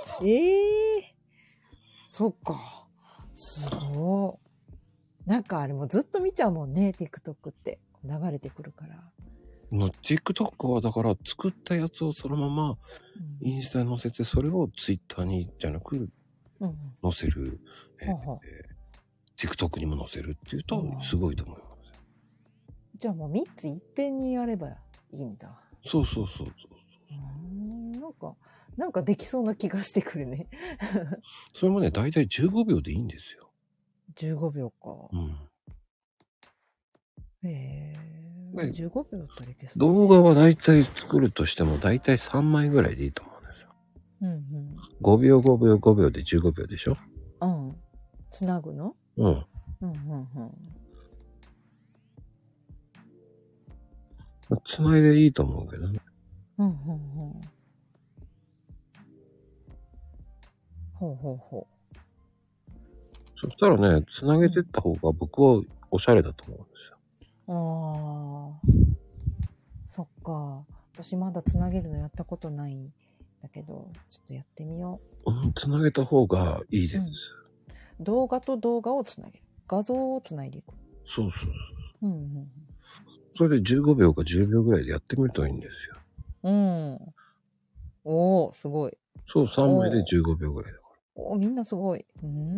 そっか。すごい。なんかあれもずっと見ちゃうもんね、TikTok って。流れてくるから。 TikTok はだから作ったやつをそのままインスタに載せて、それを Twitter にじゃなく載せる、TikTok にも載せるっていうとすごいと思います。 じゃあもう3ついっぺんにやればいいんだ。 そう。 なんかできそうな気がしてくるね。 それもね、だいたい15秒でいいんですよ。 15秒か。15秒だったらいけそう。 動画はだいたい作るとしてもだいたい3枚ぐらいでいいと思うんですよ。5秒5秒5秒で15秒でしょ？ つなぐの？ つないでいいと思うけどね。そしたらね、つなげてった方が僕はおしゃれだと思うんですよ。 そっか。私まだつなげるのやったことないんだけど、ちょっとやってみよう。つなげた方がいいです。 動画と動画をつなげる。画像をつないでいく。 そう。それで15秒か10秒ぐらいでやってみるといいんですよ。すごい。 そう、3枚で15秒ぐらいだから。 みんなすごい。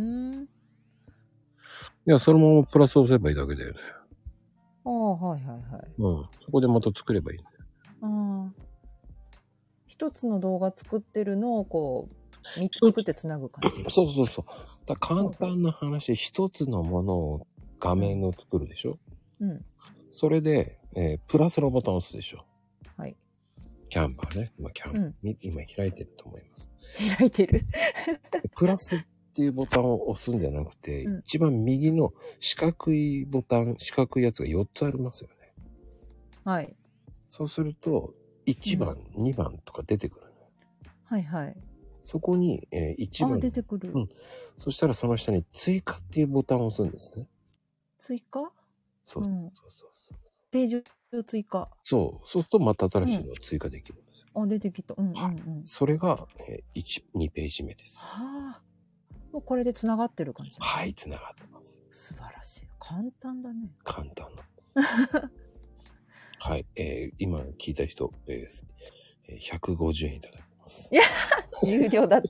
いや、そのままプラス押せばいいだけだよね。 はい。 そこでまた作ればいいんだよ。一つの動画作ってるのをこう、3つ作ってつなぐ感じ。 そう。だ簡単な話、一つのものを画面を作るでしょ？それで、プラスのボタンを押すでしょ？はい。キャンバーね。今開いてると思います。 開いてる。 プラスっていうボタンを押すんじゃなくて、一番右の四角いやつが4つありますよね。はい。そうすると、1番、2番とか出てくる。はい。そこに、1番。出てくる。そしたらその下に追加っていうボタンを押すんですね。追加？そう。ページを追加。そうするとまた新しいのを追加できるんですよ。出てきた。それが、2ページ目です。もうこれで繋がってる感じ。はい、繋がってます。素晴らしい。簡単だね。簡単なんです。はい、今聞いた人、150円いただきます。いや、有料だった。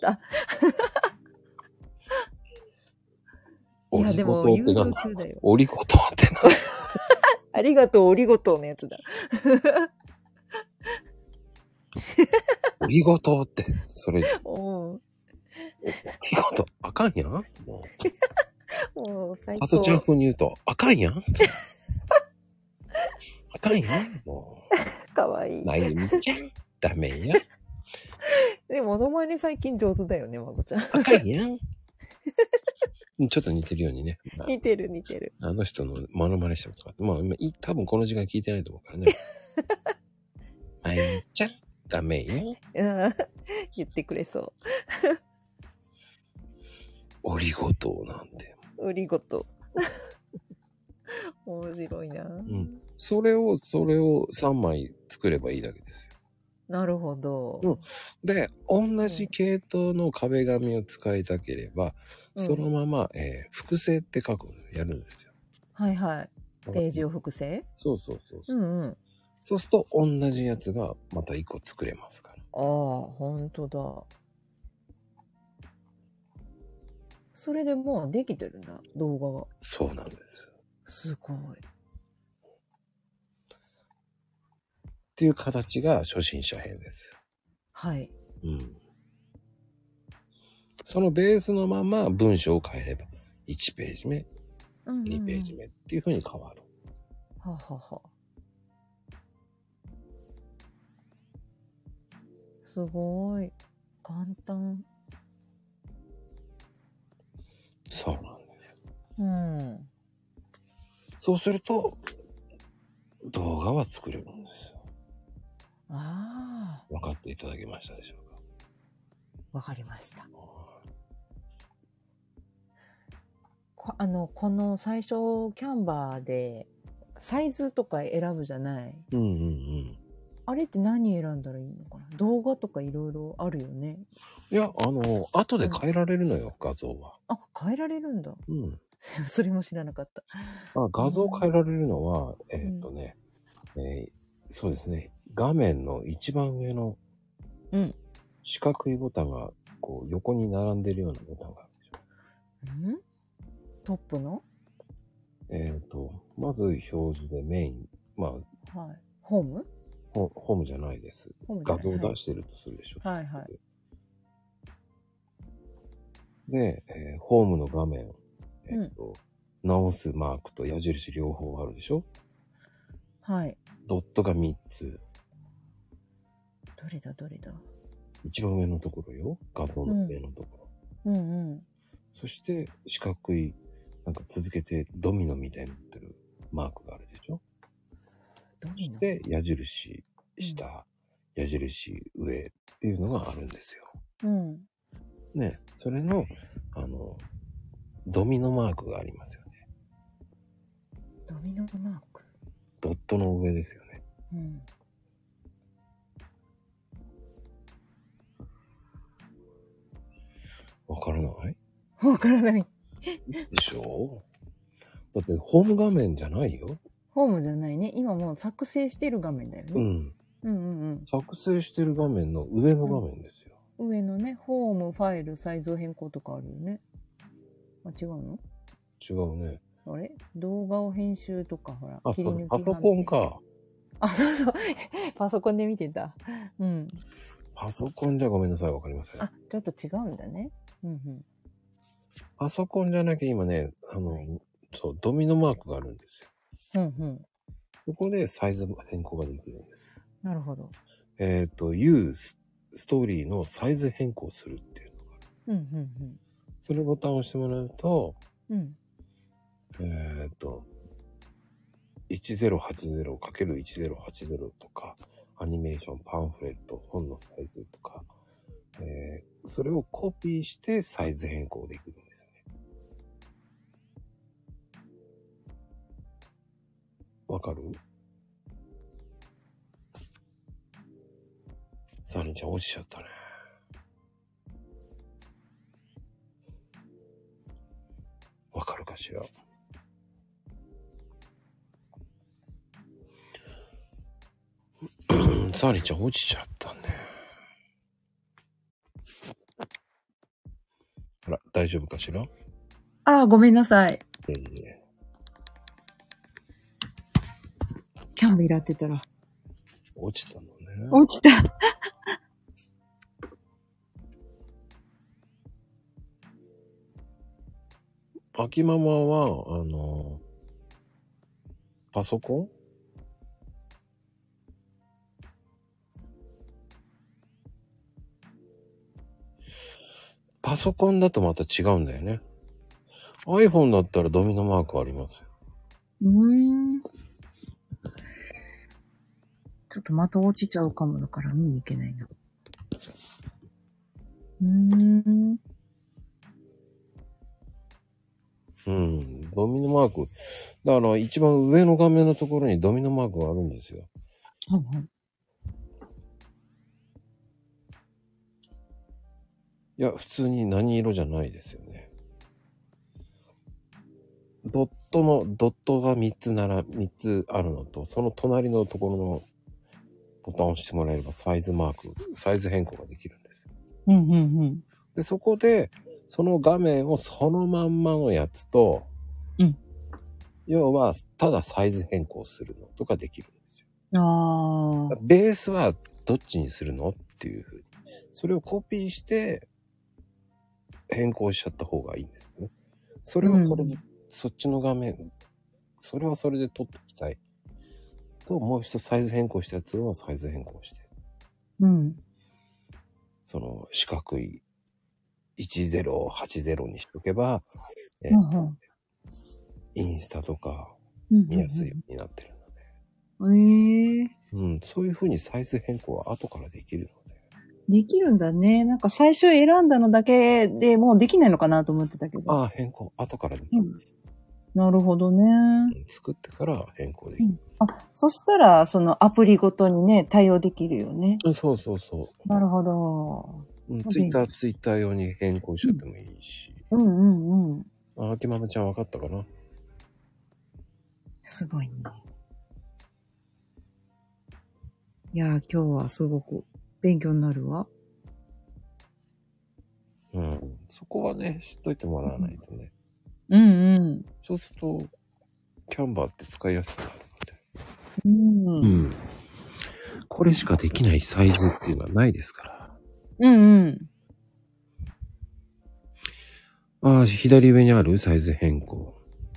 いや、でも、有料級だよ。おりごとってな。ありがとう、おりごとのやつだ。おりごとって、それ。おりごと、あかんやん。もう最高。さとちゃん風に言うと、あかんやん。あかんやん。もう。かわいい。まゆみちゃん、ダメや。でも、モノマネ最近上手だよね、まこちゃん。あかんやん。ちょっと似てるようにね。似てる。あの人のモノマネしてますから。まあ、多分この時間聞いてないと思うからね。まゆみちゃん、ダメよ。言ってくれそう。おりごとなんて。おりごと。面白いな。それを3枚作ればいいだけですよ。なるほど。で、同じ系統の壁紙を使いたければ、そのまま、複製ってやるんですよ。はい。ページを複製？そう。そうすると、同じやつがまた1個作れますから。ああ、ほんとだ。それでもうできてるんだ、動画が。そうなんです。すごい。っていう形が初心者編です。はい。そのベースのまま文章を変えれば、1ページ目、2ページ目っていう風に変わる。すごい。 簡単。 そうなんです。 うん。 そうすると、動画は作れるんですよ。 ああ。 分かっていただけましたでしょうか？ わかりました。この最初キャンバーでサイズとか選ぶじゃない。 うんうんうん。 あれって何選んだらいいのかな？動画とかいろいろあるよね。 いや、後で変えられるのよ、画像は。 あ、変えられるんだ。 うん。 それも知らなかった。 画像変えられるのは、そうですね。画面の一番上の四角いボタンがこう横に並んでるようなボタンがあるでしょ。 トップのまず表示でメイン、はい。 ホーム？ ホームじゃないです。画像を出してるとするでしょ。 はいはい。 で、ホームの画面、直すマークと矢印両方あるでしょ。 はい。 ドットが3つ。 どれだ？ 一番上のところよ。画像の上のところ。そして、四角い、なんか続けてドミノみたいになってるマークがあるでしょ。そして、矢印下、矢印上っていうのがあるんですよ。ね、それの、ドミノマークがありますよね。 ドミノマーク？ ドットの上ですよね。わからない？ わからない。 でしょ？だってホーム画面じゃないよ。 ホームじゃないね。今もう作成してる画面だよね。 作成してる画面の上の画面ですよ。 上のね、ホーム、ファイル、サイズ変更とかあるよね。あ、違うの？ 違うね。 あれ？動画を編集とか、ほら、 切り抜きパソコンか。 あ、そうそう。パソコンで見てた。 パソコンじゃごめんなさい、わかりません。 あ、ちょっと違うんだね。 パソコンじゃなきゃ今ね、そう、ドミノマークがあるんですよ。そこでサイズ変更ができるんです。 なるほど。 ストーリーのサイズ変更するっていうのがある。それボタンを押してもらうと、1080×1080 とか、アニメーション、パンフレット、本のサイズとか、それをコピーしてサイズ変更できるんですね。わかる？サニちゃん落ちちゃったね。わかるかしら？サニちゃん落ちちゃったね。ほら、大丈夫かしら？ ああ、ごめんなさい。キャンベルやってたら。 落ちたのね。 落ちた。 秋ママは、パソコン？パソコンだとまた違うんだよね。iPhone だったらドミノマークありますよ。 ちょっとまた落ちちゃうかもだから見に行けないな。 ドミノマーク。だから一番上の画面のところにドミノマークがあるんですよ。いや、普通に何色じゃないですよね。ドットが3つあるのと、その隣のところのボタンを押してもらえればサイズ変更ができるんですよ。で、そこで、その画面をそのまんまのやつと、要は、ただサイズ変更するのとかできるんですよ。ベースはどっちにするのっていうふうに。それをコピーして変更しちゃった方がいいんですよね。それはそれで、そっちの画面、それはそれで撮っておきたい。と、もう一つサイズ変更したやつをサイズ変更して。 その四角い1080にしとけば、インスタとか見やすいようになってるので。そういう風にサイズ変更は後からできるので。 できるんだね。なんか最初選んだのだけでもうできないのかなと思ってたけど。 ああ、変更、後からできます。 なるほどね。 作ってから変更できる。 そしたら、そのアプリごとにね、対応できるよね。 そうそうそう。 なるほど。 ツイッター用に変更しちゃってもいいし。秋ママちゃん分かったかな？ すごいね。いやー、今日はすごく勉強になるわ。 そこはね、知っといてもらわないとね。そうすると、キャンバーって使いやすくなるので。これしかできないサイズっていうのはないですから。左上にあるサイズ変更。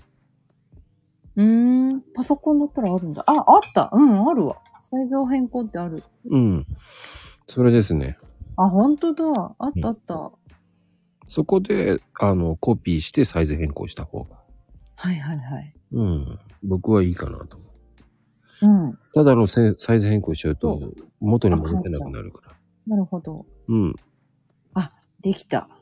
パソコンだったらあるんだ。あった。あるわ。サイズを変更ってある。 それですね。 ほんとだ。あったあった。 そこで、コピーしてサイズ変更した方が。 はいはいはい。 僕はいいかなと思う。ただのサイズ変更しちゃうと、元に戻せなくなるから。 なるほど。できた。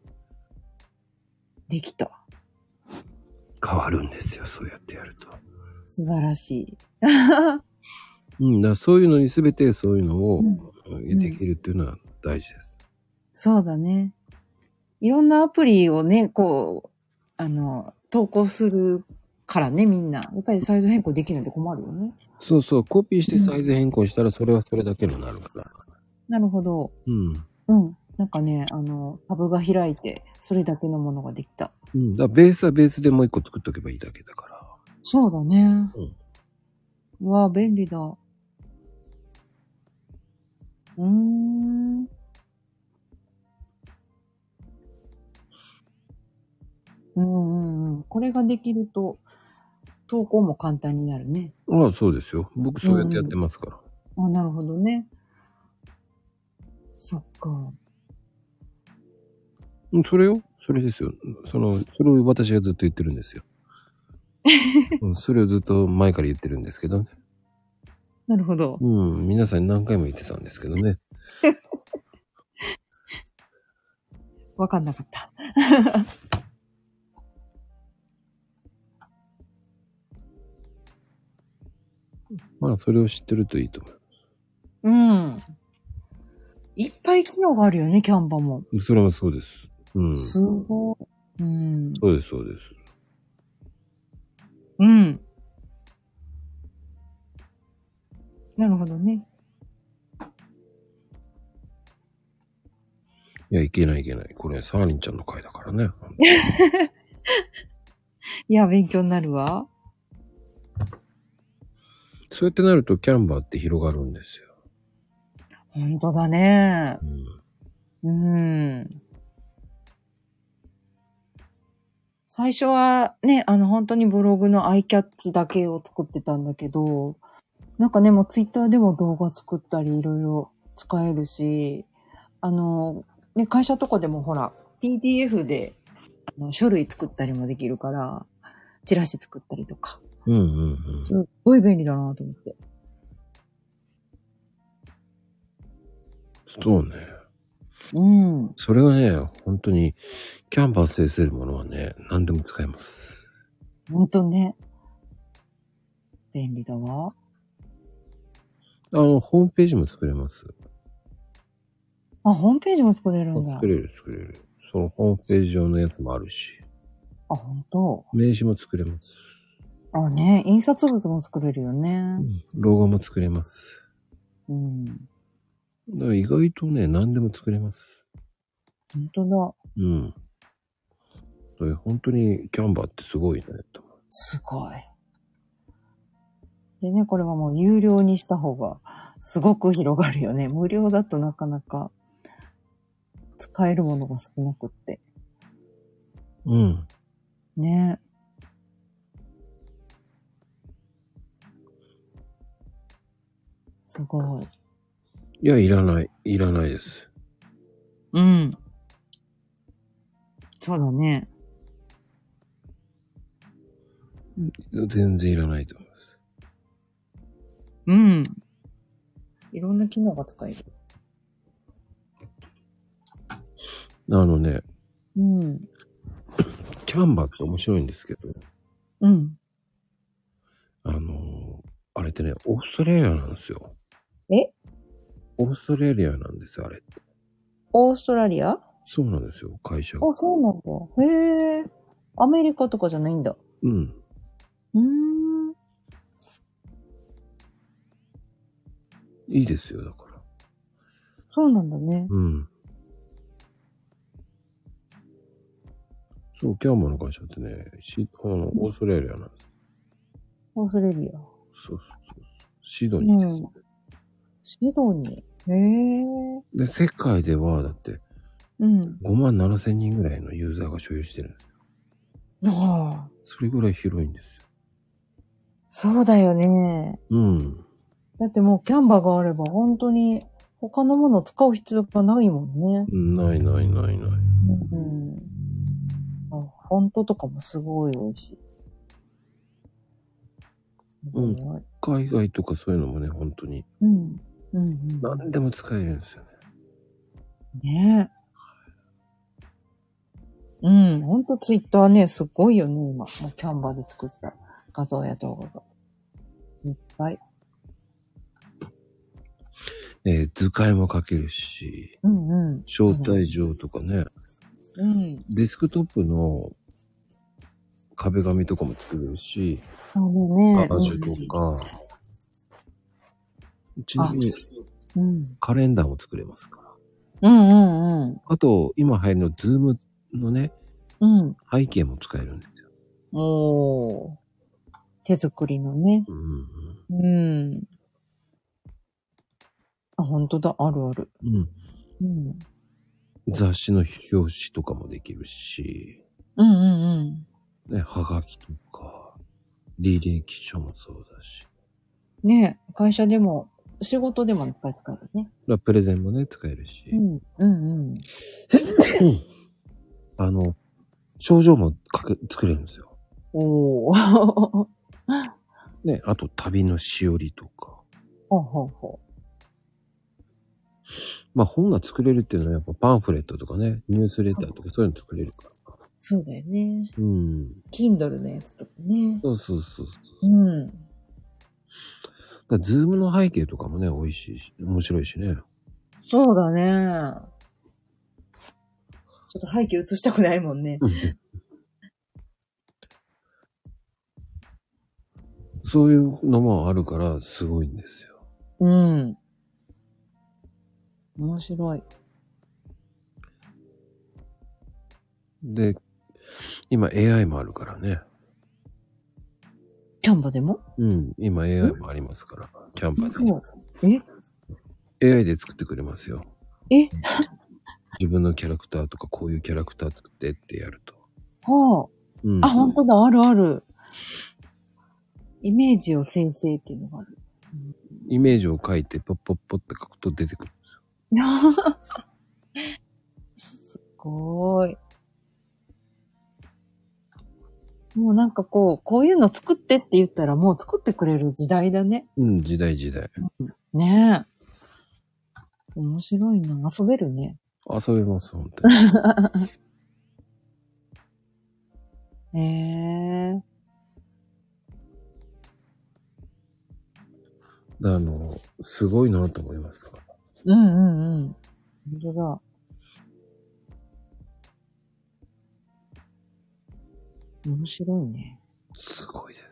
できた。 変わるんですよ、そうやってやると。 素晴らしい。 だそういうのに全てそういうのをできるっていうのは大事です。 そうだね。いろんなアプリをね、こう、投稿するからね、みんな。やっぱりサイズ変更できるので困るよね。 そうそう、コピーしてサイズ変更したら、それはそれだけになるから。 なるほど。なんかね、タブが開いて、それだけのものができた。 だからベースはベースでもう一個作っとけばいいだけだから。 そうだね。うわ、便利だ。これができると、投稿も簡単になるね。 そうですよ。僕そうやってやってますから。 なるほどね。そっか。 それですよ。それを私がずっと言ってるんですよ。それをずっと前から言ってるんですけどね。 なるほど。 皆さんに何回も言ってたんですけどね。 わかんなかった。 それを知ってるといいと思います。 いっぱい機能があるよね、キャンバも。 それはそうです。 すごい。 そうです、そうです。 なるほどね。 いや、いけないいけない。これ、サーリンちゃんの回だからね。 いや、勉強になるわ。 そうやってなると、キャンバーって広がるんですよ。 ほんとだね。最初はね、本当にブログのアイキャッチだけを作ってたんだけど、なんかね、もうツイッターでも動画作ったりいろいろ使えるし、ね、会社とかでもほら、PDF で書類作ったりもできるから、チラシ作ったりとか。すっごい便利だなと思って。 そうね。それがね、本当に、キャンバー生成るものはね、何でも使えます。 本当ね。便利だわ。 ホームページも作れます。 ホームページも作れるんだ。 作れる。そのホームページ用のやつもあるし。 本当。 名刺も作れます。 ね、印刷物も作れるよね。 ロゴも作れます。だから意外とね、何でも作れます。 本当だ。 本当にキャンバーってすごいね。 すごい。でね、これはもう有料にした方がすごく広がるよね。無料だとなかなか使えるものが少なくって。ね。すごい。 いや、いらないです。 うん。そうだね。 全然いらないと思います。 うん。いろんな機能が使える。 うん。キャンバって面白いんですけど。 うん。 あれってね、オーストラリアなんですよ。 え？ オーストラリアなんですよ、あれって。 オーストラリア？ そうなんですよ、会社が。 あ、そうなんだ。へえ。アメリカとかじゃないんだ。 うん。いいですよ、だから。 そうなんだね。 うん。そう、キャンバの会社ってね、オーストラリアなんです。 オーストラリア。 そうそうそう。シドニーです。 シドニー。へえ。 で、世界では、だって、5万7千人ぐらいのユーザーが所有してるんですよ。ああ。それぐらい広いんですよ。 そうだよね。 うん。 だってもうキャンバがあれば本当に他のものを使う必要がないもんね。 ないないないない。 フォントとかもすごい多いし。 海外とかそういうのもね、本当に。何でも使えるんですよね。 ね。 ほんとツイッターね、すごいよね、今。もうキャンバーで作った画像や動画が。いっぱい。 図解も書けるし、招待状とかね、デスクトップの壁紙とかも作れるし、アージュとか、ちなみに、カレンダーも作れますから。あと、今流行りのズームのね、背景も使えるんですよ。 おー。手作りのね。あ、本当だ。あるある。 雑誌の表紙とかもできるし、ね、はがきとか、履歴書もそうだし。 ね、会社でも、仕事でもいっぱい使えるね。 プレゼンもね、使えるし。症状も作れるんですよ。 おー。 ね、あと旅のしおりとか。まあ本が作れるっていうのはやっぱパンフレットとかね、ニュースレターとかそういうの作れるから。 そうだよね。Kindle のやつとかね。 そうそうそう。だズームの背景とかもね、美味しいし、面白いしね。 そうだね。ちょっと背景映したくないもんね。 そういうのもあるからすごいんですよ。 面白い。 で、今 AI もあるからね。 キャンバでも？ 今 AI もありますから、キャンバで。 AI で作ってくれますよ。自分のキャラクターとかこういうキャラクター作ってってやると。あ、 本当だ、あるある。イメージを生成っていうのがある。 イメージを書いてポッポッポって書くと出てくるんですよ。すごい。もうなんかこういうの作ってって言ったらもう作ってくれる時代だね。 時代時代。 ねえ。面白いな。遊べるね。 遊べます、本当に。すごいなと思いますから。 本当だ。面白いね。 すごいです。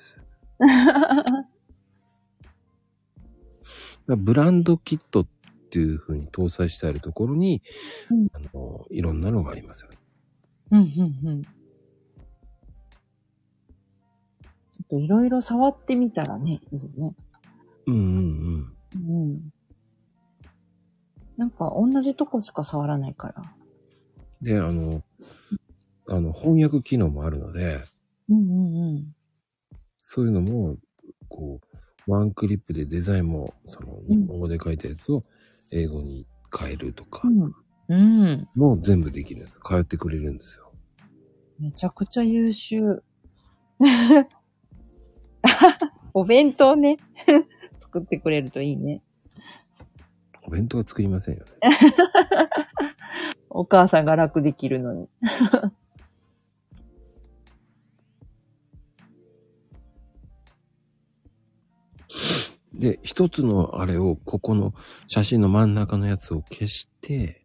ブランドキットっていう風に搭載してあるところに、いろんなのがありますよね。 ちょっといろいろ触ってみたらね、いいね。なんか同じとこしか触らないから。 で、翻訳機能もあるので、そういうのも、こう、ワンクリップでデザインも、日本語で書いたやつを英語に変えるとか。 うん。 もう全部できるんです。通ってくれるんですよ。 めちゃくちゃ優秀。お弁当ね。作ってくれるといいね。 お弁当は作りませんよね。 お母さんが楽できるのに。 で、一つのあれを、ここの写真の真ん中のやつを消して、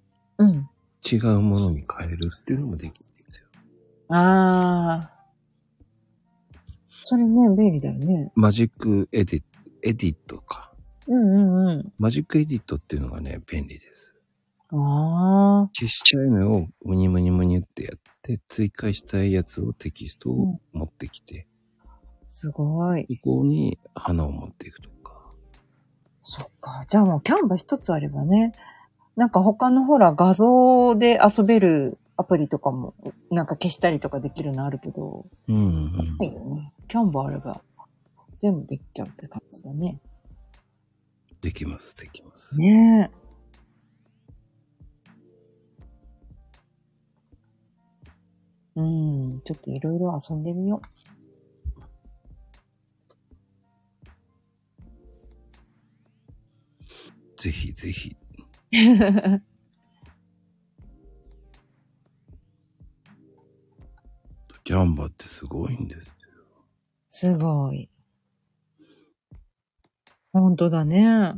うん。 違うものに変えるっていうのもできるんですよ。 ああ。それね、便利だよね。 マジックエディットか。 うん。 マジックエディットっていうのがね、便利です。 ああ。 消しちゃうのをムニムニムニってやって、追加したいやつをテキストを持ってきて、 すごい。 ここに花を持っていくとか。 そっか。じゃあもうキャンバ一つあればね。なんか他のほら画像で遊べるアプリとかもなんか消したりとかできるのあるけど。ないよね。キャンバあれば全部できちゃうって感じだね。 できます。 ねえ。ちょっといろいろ遊んでみよう。 ぜひぜひ。キャンバってすごいんですよ。 すごい。ほんとだね。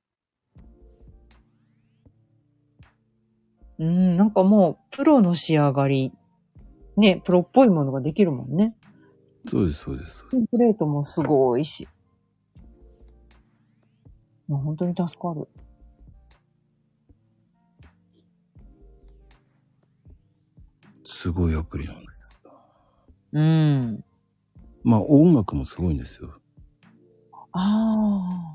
なんかもうプロの仕上がり。ね、プロっぽいものができるもんね。 そうです。 テンプレートもすごいし。もう本当に助かる。 すごいアプリなんだよ。 まあ音楽もすごいんですよ。 ああ。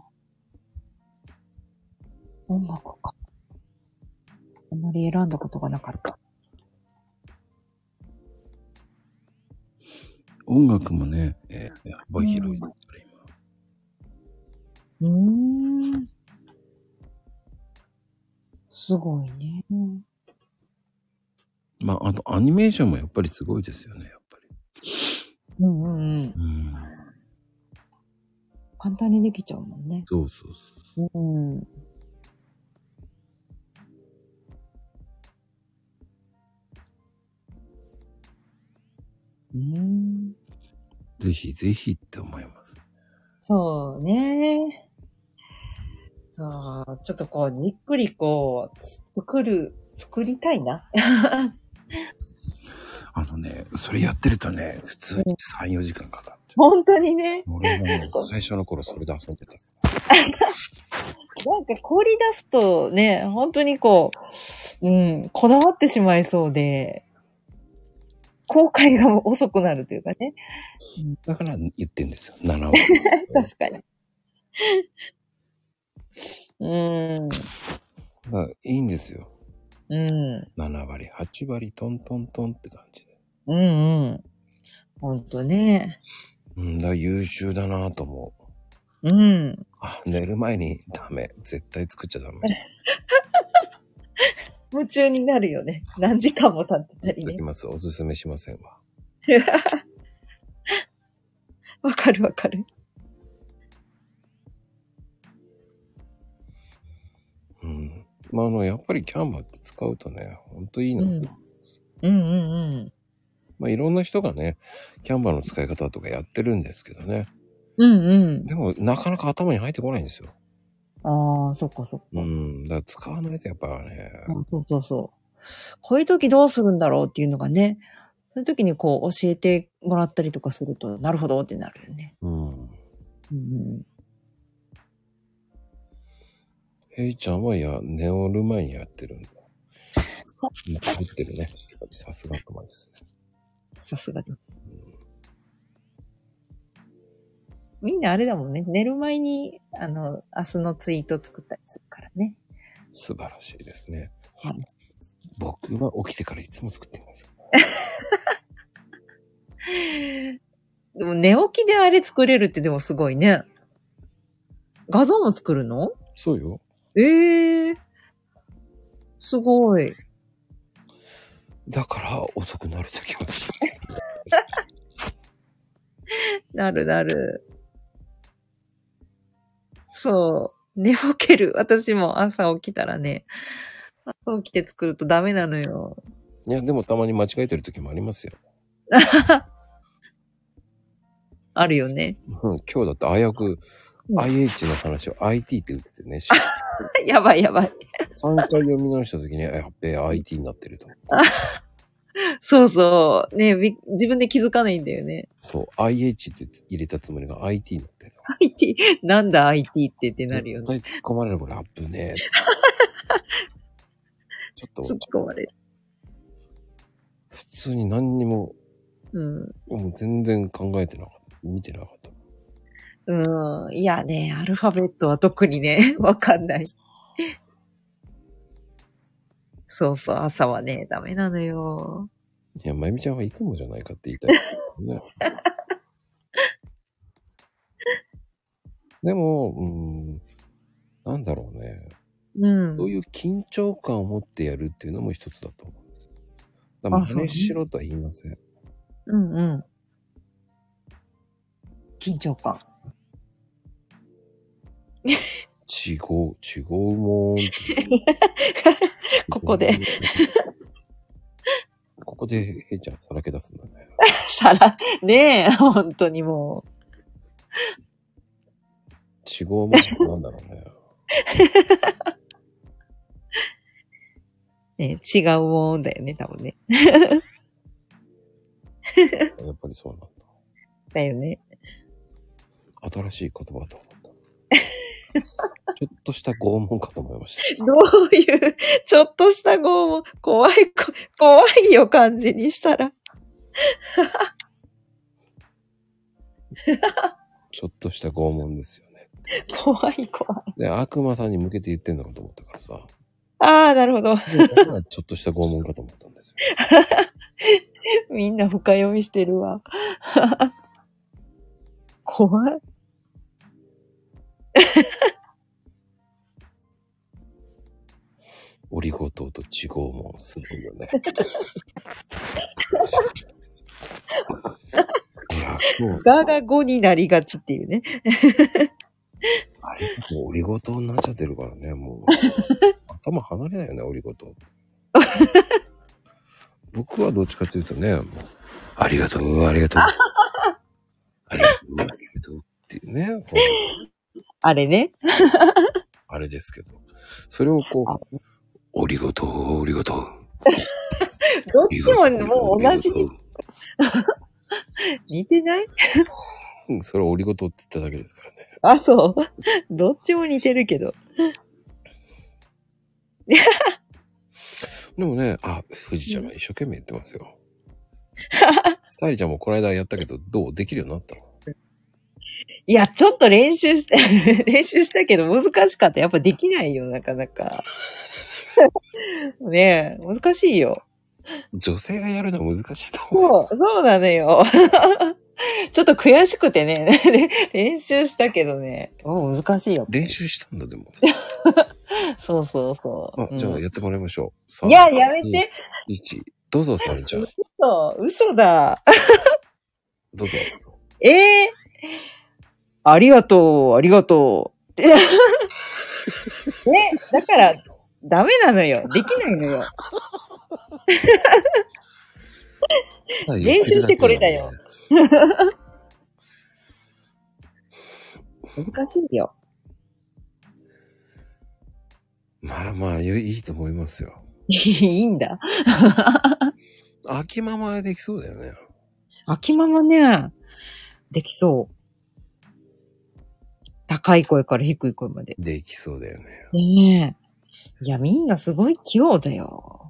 音楽か。あまり選んだことがなかった。 音楽もね、幅広いですから今。すごいね。 まあ、あとアニメーションもやっぱりすごいですよね、やっぱり。 簡単にできちゃうもんね。 そう。ぜひぜひって思います。 そうね。そう、ちょっとこう、じっくりこう、作りたいな。 それやってるとね、普通に3、4時間かかっちゃう。 本当にね。 俺はね、最初の頃それで遊んでた。 なんか凝り出すとね、本当にこう、こだわってしまいそうで、後悔が遅くなるというかね。 だから言ってんですよ、7割。 確かに。 まあ、いいんですよ。 7 割、8割、トントントンって感じで。 ほんとね。 だから優秀だなぁと思う。寝る前にダメ。絶対作っちゃダメ。 夢中になるよね。何時間も経ってたりね。 おすすめしませんわ。 わかる。 まあ、やっぱりキャンバーって使うとね、ほんといいの。まあ、いろんな人がね、キャンバーの使い方とかやってるんですけどね。でも、なかなか頭に入ってこないんですよ。 ああ、そっか。 だから使わないとやっぱね。 そう。こういう時どうするんだろうっていうのがね、そういう時にこう教えてもらったりとかすると、なるほどってなるよね。 ヘイちゃんは寝る前にやってるんだ。入ってるね。さすが熊ですね。 さすがです。みんなあれだもんね。寝る前に、明日のツイート作ったりするからね。 素晴らしいですね。僕は起きてからいつも作ってます。 でも寝起きであれ作れるってでもすごいね。画像も作るの？ そうよ。 すごい。 だから遅くなるときは。 なるなる。そう。寝ぼける。私も朝起きたらね、朝起きて作るとダメなのよ。 いや、でもたまに間違えてるときもありますよ。 あるよね。 うん、今日だって危うく、IH の話を IT って打っててね。 やばいやばい。 3回読み直したときに、やっべえ、IT になってると思って。 そうそう。ね、自分で気づかないんだよね。 そう、IH って入れたつもりが IT になってる。 IT、なんだ IT ってなるよね。 絶対突っ込まれるこれ、アップね。ちょっと。 突っ込まれる。 普通に何にも、 うん。 もう全然考えてなかった。見てなかった。 いやね、アルファベットは特にね、わかんない。そうそう、朝はね、ダメなのよ。 いや、まゆみちゃんはいつもじゃないかって言いたい、ね。でも、なんだろうね。そういう緊張感を持ってやるっていうのも一つだと思うんです。だから真似しろとは言いません。 うんうん。緊張感。 違うもん。 ここで。 ここで、へいちゃんさらけ出すんだね。 ねえ、本当にもう。 違うもんってなんだろうね。 ね違うもんだよね、多分ね。 やっぱりそうなんだ。 だよね。 新しい言葉と思った。ちょっとした拷問かと思いました。 どういう、ちょっとした拷問、怖いよ感じにしたら。 ちょっとした拷問ですよね。 怖い。 で、悪魔さんに向けて言ってんのかと思ったからさ。 ああ、なるほど。 ちょっとした拷問かと思ったんですよ。 みんな深読みしてるわ。怖い。 オリゴ糖と地拷問すごいよね。 ガが5になりがちっていうね。 あれもうオリゴ糖になっちゃってるからね、もう。頭離れないよね、オリゴ糖。僕はどっちかというとね、もうありがとう、ありがとう。ありがとう、ありがとうっていうね。 あれね。 あれですけど。それをこう、オリゴ糖、オリゴ糖。 どっちももう同じ。似てない？ それはオリゴ糖って言っただけですからね。 あ、そう。どっちも似てるけど。 でもね、富士ちゃんが一生懸命言ってますよ。スタイリちゃんもこの間やったけど、どうできるようになったの？ いや、ちょっと練習したけど難しかった。やっぱできないよ、なかなか。ねえ、難しいよ。 女性がやるのは難しいと思う。そうなのよ。ちょっと悔しくてね、練習したけどね、もう難しいよ。 練習したんだ、でも。 そうそうそう。 じゃあやってもらいましょう。 いや、やめて。 1、どうぞ、サリちゃん。 嘘だ。 どうぞ。 ありがとう、ありがとう。ね、だから、ダメなのよ。できないのよ。練習してこれだよ。難しいよ。 まあまあ、いいと思いますよ。 いいんだ。 秋ママはできそうだよね。 秋ママね、できそう。高い声から低い声まで。 できそうだよね。 ねえ。いや、みんなすごい器用だよ。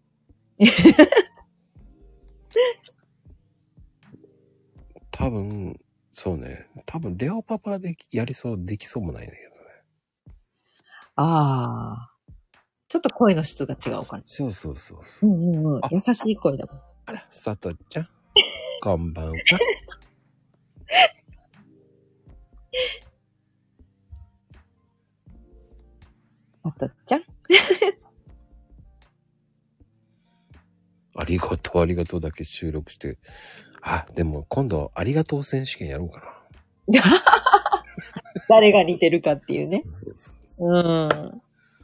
多分、そうね。多分、レオパパでやりそう、できそうもないんだけどね。 ああ。ちょっと声の質が違うかな。 そうそう。 優しい声だもん。 あら、さとちゃん。こんばんは。 さとちゃん。 ありがとう、ありがとうだけ収録して。あ、でも今度、ありがとう選手権やろうかな。 誰が似てるかっていうね。 そうそうそう。 うん。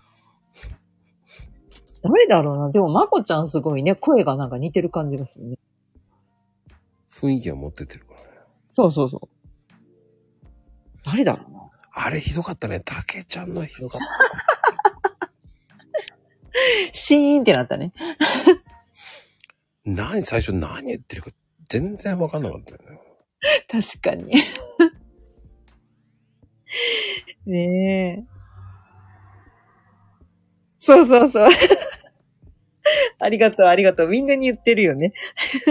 誰だろうな。でも、まこちゃんすごいね。声がなんか似てる感じがするね。 雰囲気は持ってってるからね。 そうそうそう。誰だろうな。 あれひどかったね。たけちゃんのひどかった。 シーンってなったね。 最初何言ってるか全然わかんなかったよね。 確かに。ねえ。そうそうそう。ありがとう、ありがとう。みんなに言ってるよね。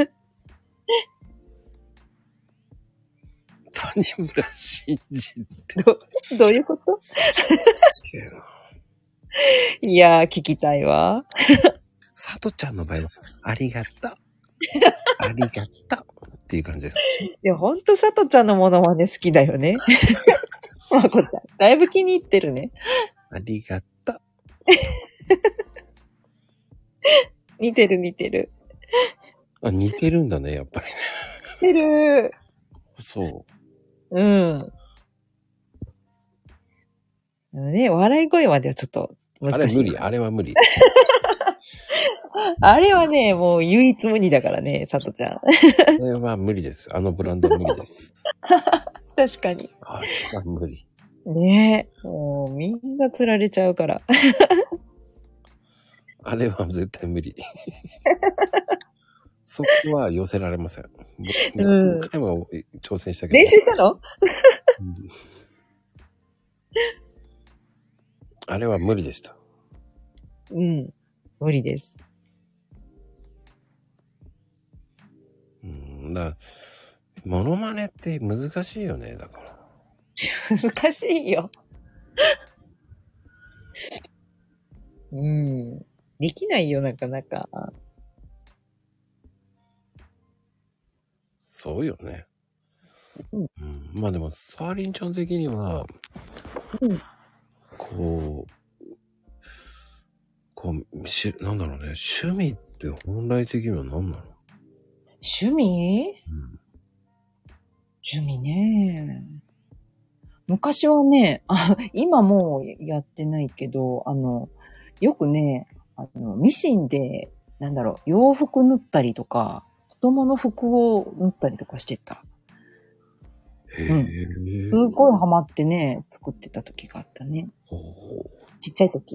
谷村新司ってどういうことすげえな。 いやー、聞きたいわ。 さとちゃんの場合は、ありがとう。ありがとうっていう感じです。 いや、ほんとさとちゃんのモノマネ好きだよね。まこちゃん、だいぶ気に入ってるね。 ありがとう。 似てる似てる。 あ、似てるんだね、やっぱりね。 似てる。 そう。 うん。ね、笑い声まではちょっと難しい。 あれ無理、あれは無理。 あれはね、もう唯一無二だからね、さとちゃん。 あれは無理です。あのブランドは無理です。 確かに。 あれは無理。 ねえ。もうみんな釣られちゃうから。 あれは絶対無理。そこは寄せられません。何回も挑戦したけど。 練習したの？ あれは無理でした。 うん。無理です。 モノマネって難しいよね、だから。 難しいよ。うん。できないよ、なかなか。 そうよね。まあでも、サーリンちゃん的には、なんだろうね、趣味って本来的には何なの？ 趣味？趣味ね。昔はね、今もうやってないけど、よくね、ミシンで、洋服縫ったりとか、子供の服を縫ったりとかしてた。すごいハマってね、作ってた時があったね。ちっちゃい時。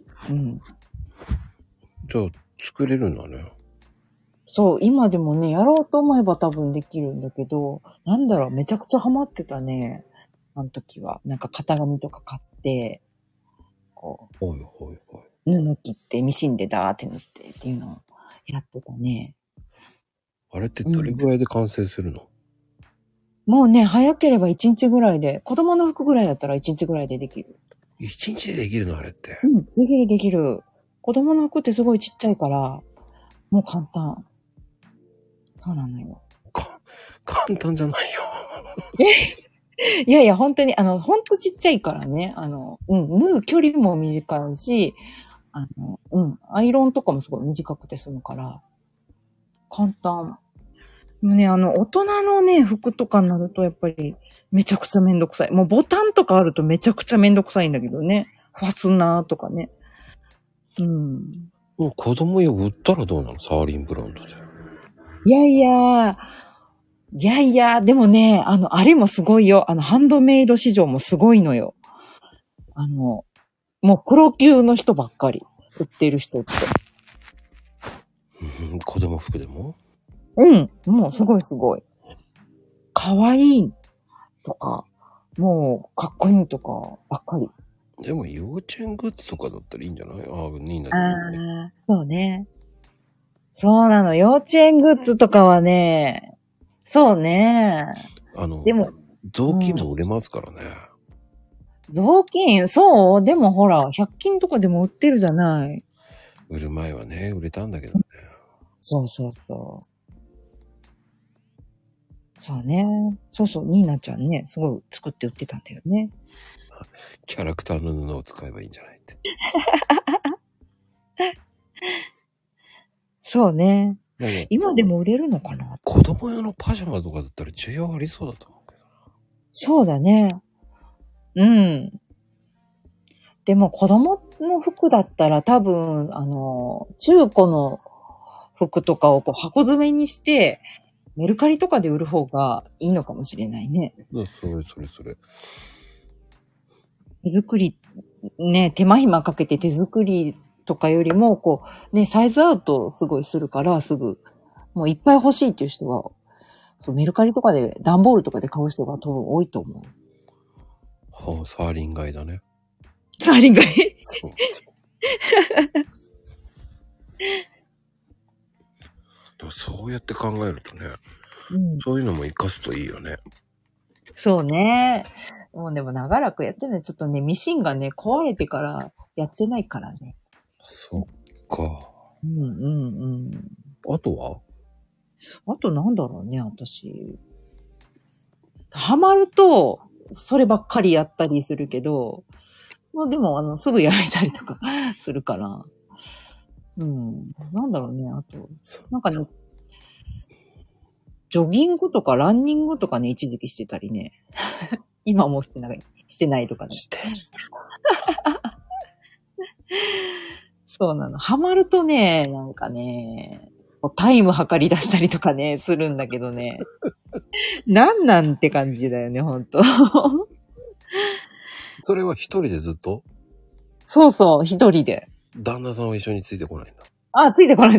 じゃあ、作れるんだね。 そう、今でもね、やろうと思えば多分できるんだけど、めちゃくちゃハマってたね。あの時は。型紙とか買って、布切ってミシンでダーって縫ってっていうのをやってたね。 あれってどれぐらいで完成するの？ もうね、早ければ1日ぐらいで、子供の服ぐらいだったら1日ぐらいでできる。 1日でできるのあれって。 できるできる。子供の服ってすごいちっちゃいから、もう簡単。そうなのよ。 簡単じゃないよ。 いやいや、本当に、本当ちっちゃいからね。縫う距離も短いし、アイロンとかもすごい短くて済むから、簡単。ね、大人のね、服とかになると、やっぱり、めちゃくちゃめんどくさい。もうボタンとかあるとめちゃくちゃめんどくさいんだけどね。ファスナーとかね。 もう子供用売ったらどうなの？サーリンブランドで。 いやいや、でもね、あれもすごいよ。ハンドメイド市場もすごいのよ。もう黒級の人ばっかり。売ってる人って。 子供服でも？ もうすごいすごい。かわいいとか、もうかっこいいとかばっかり。 でも幼稚園グッズとかだったらいいんじゃない？ そうね。そうなの。幼稚園グッズとかはね、そうね。でも、 雑巾も売れますからね。 雑巾、そうでもほら、100均とかでも売ってるじゃない。 売る前はね、売れたんだけどね。 そうそうそう。そうね。そうそう、ニーナちゃんね、すごい作って売ってたんだよね。 キャラクターの布を使えばいいんじゃないって。 そうね。 今でも売れるのかな。 子供用のパジャマとかだったら需要ありそうだと思うけど。 そうだね。うん。でも子供の服だったら多分、中古の服とかをこう箱詰めにして、メルカリとかで売る方がいいのかもしれないね。 それ。 手作り、ね、手間暇かけて手作りとかよりも、こう、ね、サイズアウトすごいするから、すぐ、もういっぱい欲しいっていう人は、そう、メルカリとかで、段ボールとかで買う人が多分多いと思う。 はあ、サーリン買いだね。 サーリン買いそう。でもそうやって考えるとね、そういうのも活かすといいよね。 そうね。もうでも長らくやってない。ちょっとね、ミシンがね、壊れてからやってないからね。 そっか。 あとは？ あとなんだろうね、私。ハマると、そればっかりやったりするけど、まあでもすぐやめたりとかするから。なんだろうね、あと。なんかね、ジョギングとかランニングとかね、一時期してたりね。今もしてないとかね。そうなの。ハマるとね、なんかね、タイム測り出したりとかね、するんだけどね。なんて感じだよね、ほんと。 それは一人でずっと？ そうそう、一人で。 旦那さんは一緒についてこないんだ。 あ、ついてこない。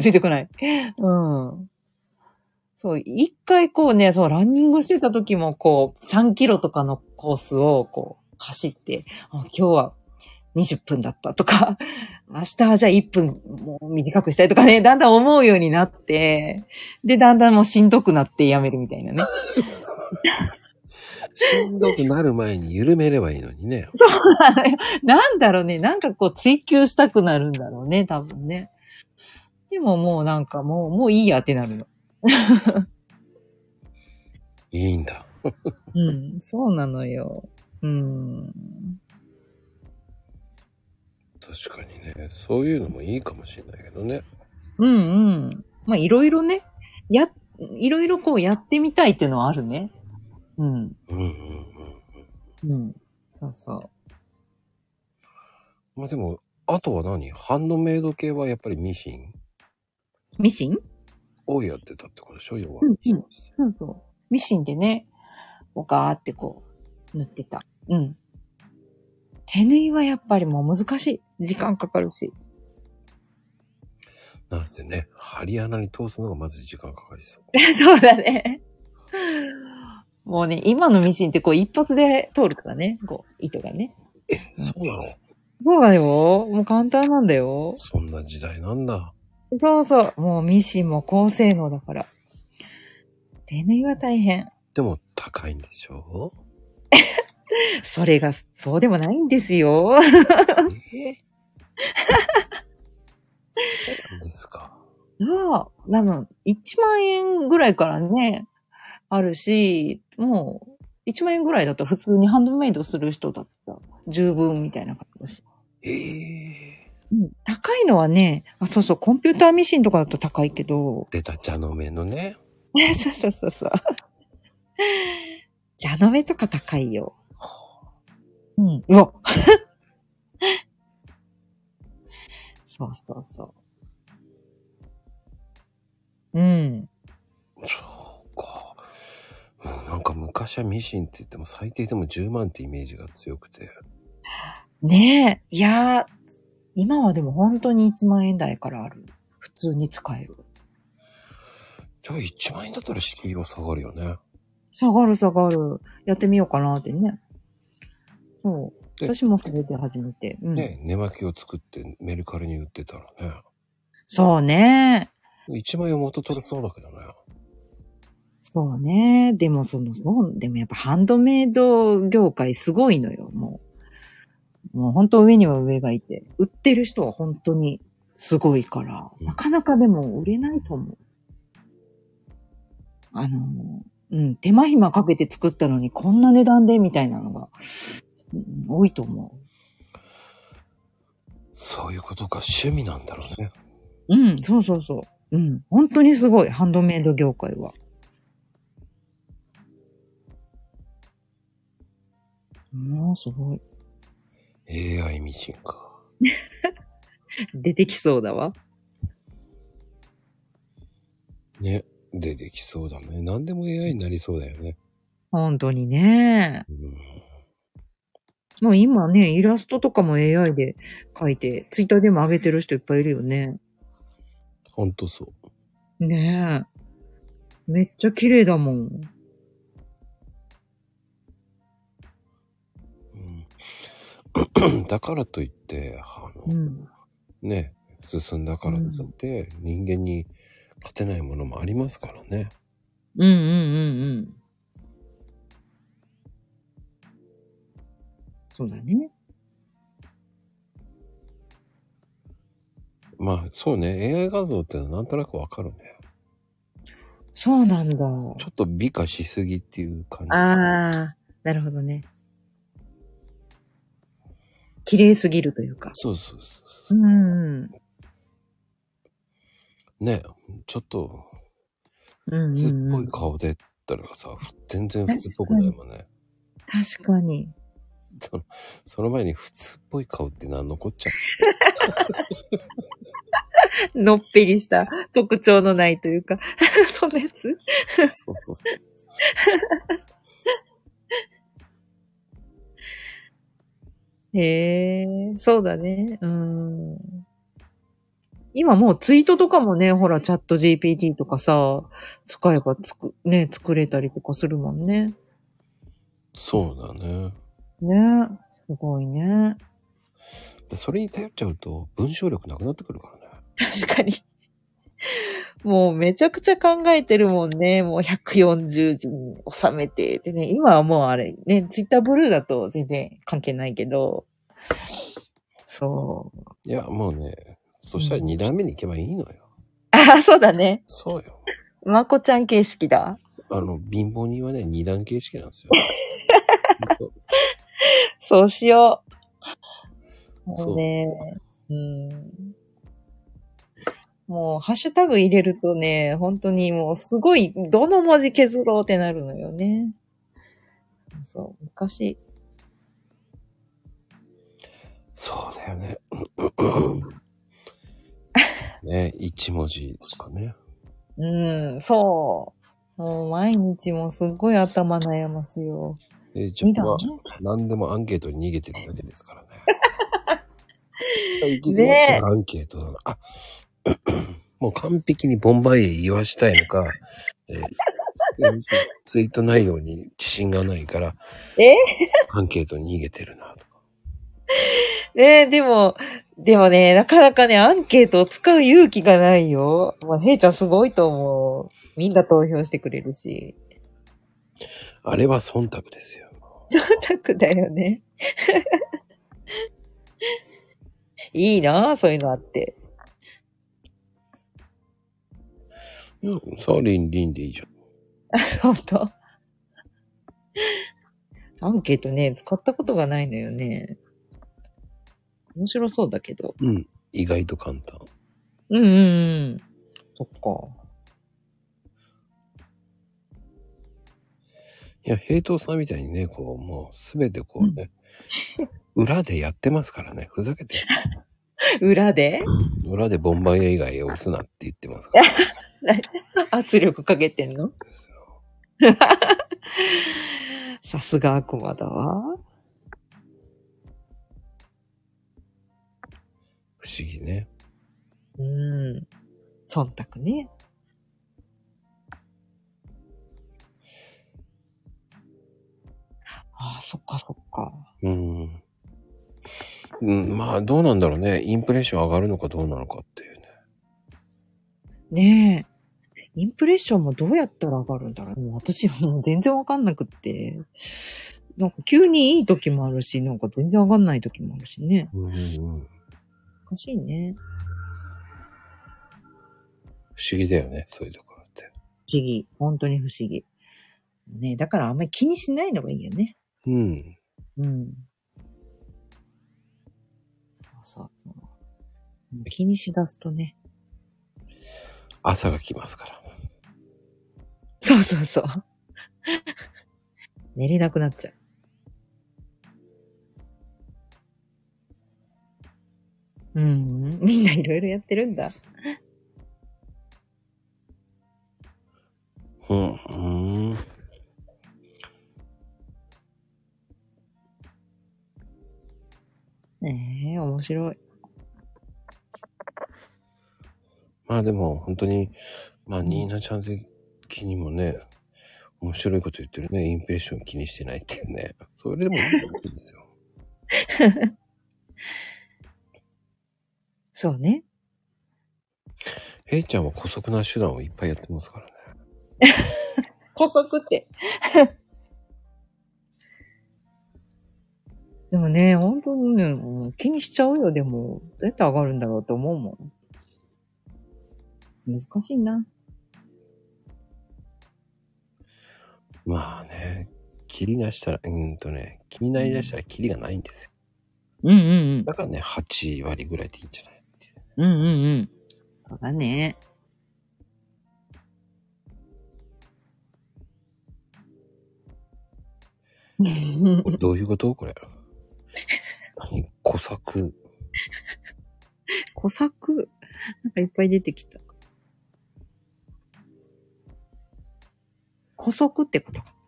そう、一回こうね、そう、ランニングしてた時もこう、3キロとかのコースをこう、走って、今日は20分だったとか、明日はじゃあ1分もう短くしたいとかね、だんだん思うようになって、で、だんだんもうしんどくなってやめるみたいなね。 しんどくなる前に緩めればいいのにね。 そうなのよ。なんだろうね。なんかこう追求したくなるんだろうね、多分ね。でももうなんかもういいやってなるの。 いいんだ。 そうなのよ。 確かにね。そういうのもいいかもしれないけどね。 まあいろいろね、いろいろこうやってみたいっていうのはあるね。そうそう。 まあでも、あとは何？ハンドメイド系はやっぱりミシンをやってたってことでしょ？要は。 そうそう。ミシンでね、こうガーってこう、縫ってた。手縫いはやっぱりもう難しい。時間かかるし。 なんせね、針穴に通すのがまず時間かかりそう。 そうだね。もうね、今のミシンってこう一発で通るからね。こう、糸がね。 そうなの？ そうだよ。もう簡単なんだよ。 そんな時代なんだ。 そうそう。もうミシンも高性能だから。手縫いは大変。 でも高いんでしょ？ それが、そうでもないんですよ。 そうなんですか。 多分、1万円ぐらいからね、あるし、もう、1万円ぐらいだったら普通にハンドメイドする人だったら十分みたいな感じだし。高いのはね、そうそう、コンピューターミシンとかだと高いけど。 出た、蛇の目のね。 そう。蛇の目とか高いよ。うわそう。 そうか。なんか昔はミシンって言っても最低でも10万ってイメージが強くて。 ねえ。いやー、今はでも本当に1万円台からある。普通に使える。 じゃあ1万円だったら敷居は下がるよね。 下がる。やってみようかなってね。そう。私もそれで始めて。 ね、寝巻きを作ってメルカリに売ってたらね。 そうね。 1万円元取れそうだけどね。 そうね。でもでもやっぱハンドメイド業界すごいのよ、もう本当上には上がいて。売ってる人は本当にすごいから、なかなかでも売れないと思う。手間暇かけて作ったのにこんな値段でみたいなのが、多いと思う。 そういうことか、趣味なんだろうね。 そう。 うん。本当にすごい。ハンドメイド業界は。もうすごい。 AI ミシンか。 出てきそうだわ。 ね。出てきそうだね。何でも AI になりそうだよね。 本当にね。もう今ね、イラストとかも AI で描いて、ツイッターでも上げてる人いっぱいいるよね。 ほんとそう。 ねえ。めっちゃ綺麗だもん。 だからといって、ね、進んだからといって、人間に勝てないものもありますからね。 うんうんうんうん。そうだね。 まあ、そうね。AI 画像ってのはなんとなくわかるね。 そうなんだ。ちょっと美化しすぎっていう感じ。 ああ、なるほどね。綺麗すぎるというか。 そうそうそうそう。うん。 ね、ちょっと、 うんうんうん。 普通っぽい顔でったらさ、全然普通っぽくないもんね。 確かに。 その前に普通っぽい顔って何のこっちゃ。 のっぺりした特徴のないというか、そんなやつそうそう。 へえ、そうだね。今もうツイートとかもね、ほら、チャット GPT とかさ、使えば作れたりとかするもんね。 そうだね。 ね、すごいね。 それに頼っちゃうと文章力なくなってくるからね。 確かに。もうめちゃくちゃ考えてるもんね。もう140字に収めて。でね、今はもうあれ、ね、ツイッターブルーだと全然関係ないけど、そう。 いや、もうね、そしたら2段目に行けばいいのよ。 ああ、そうだね。 そうよ。 まこちゃん形式だ。 貧乏人はね、2段形式なんですよ。 そうしよう。もそう。 うね、うん。もう、ハッシュタグ入れるとね、本当にもうすごい、どの文字削ろうってなるのよね。そう、昔。 そうだよね。ね、1文字とかね。 そう。もう毎日もすっごい頭悩ますよ。 じゃあ、何でもアンケートに逃げてるだけですからね。行き詰まったらアンケートだな。あ、もう完璧にボンバイエ言わしたいのか、ツイート内容に自信がないから、アンケートに逃げてるなとか。 でもね、なかなかね、アンケートを使う勇気がないよ。まあ、ヘイちゃんすごいと思う。みんな投票してくれるし。 あれは忖度ですよ。 忖度だよね。いいなぁ、そういうのあって。 さあ、リンでいいじゃん。 本当。アンケートね、使ったことがないのよね。面白そうだけど。 意外と簡単。 そっか。 いや、平等さんみたいにね、もうすべてね、裏でやってますからね、ふざけて。 裏で裏でボンバイエ以外押すなって言ってますから。 圧力かけてんのさすが悪魔だわ。 不思議ね。 忖度ね。ああ、そっかそっか。 まあ、どうなんだろうね。インプレッション上がるのかどうなのかっていうね。 ねえ。インプレッションもどうやったら上がるんだろう。もう私もう全然わかんなくって。なんか急にいい時もあるし、なんか全然上がんない時もあるしね。おかしいね。 不思議だよね、そういうところって。 不思議。本当に不思議。ね、だからあんまり気にしないのがいいよね。そう。気にしだすとね。 朝が来ますから。 そうそうそう。寝れなくなっちゃう。みんないろいろやってるんだ。面白い。 まあでも本当に、まあニーナちゃん的にもね、面白いこと言ってるね。インプレッション気にしてないっていうね。それでもいいんですよ。 そうね。 ヘイちゃんは姑息な手段をいっぱいやってますからね。 姑息って。でもね、本当にね、気にしちゃうよ。でも、どうやって上がるんだろうって思うもん。難しいな。 まあね、気になしたら、気になりだしたらキリがないんですよ。だからね、8割ぐらいでいいんじゃないっていう。 そうだね。 どういうことこれ。何小作。 小作。なんかいっぱい出てきた。小足ってことか。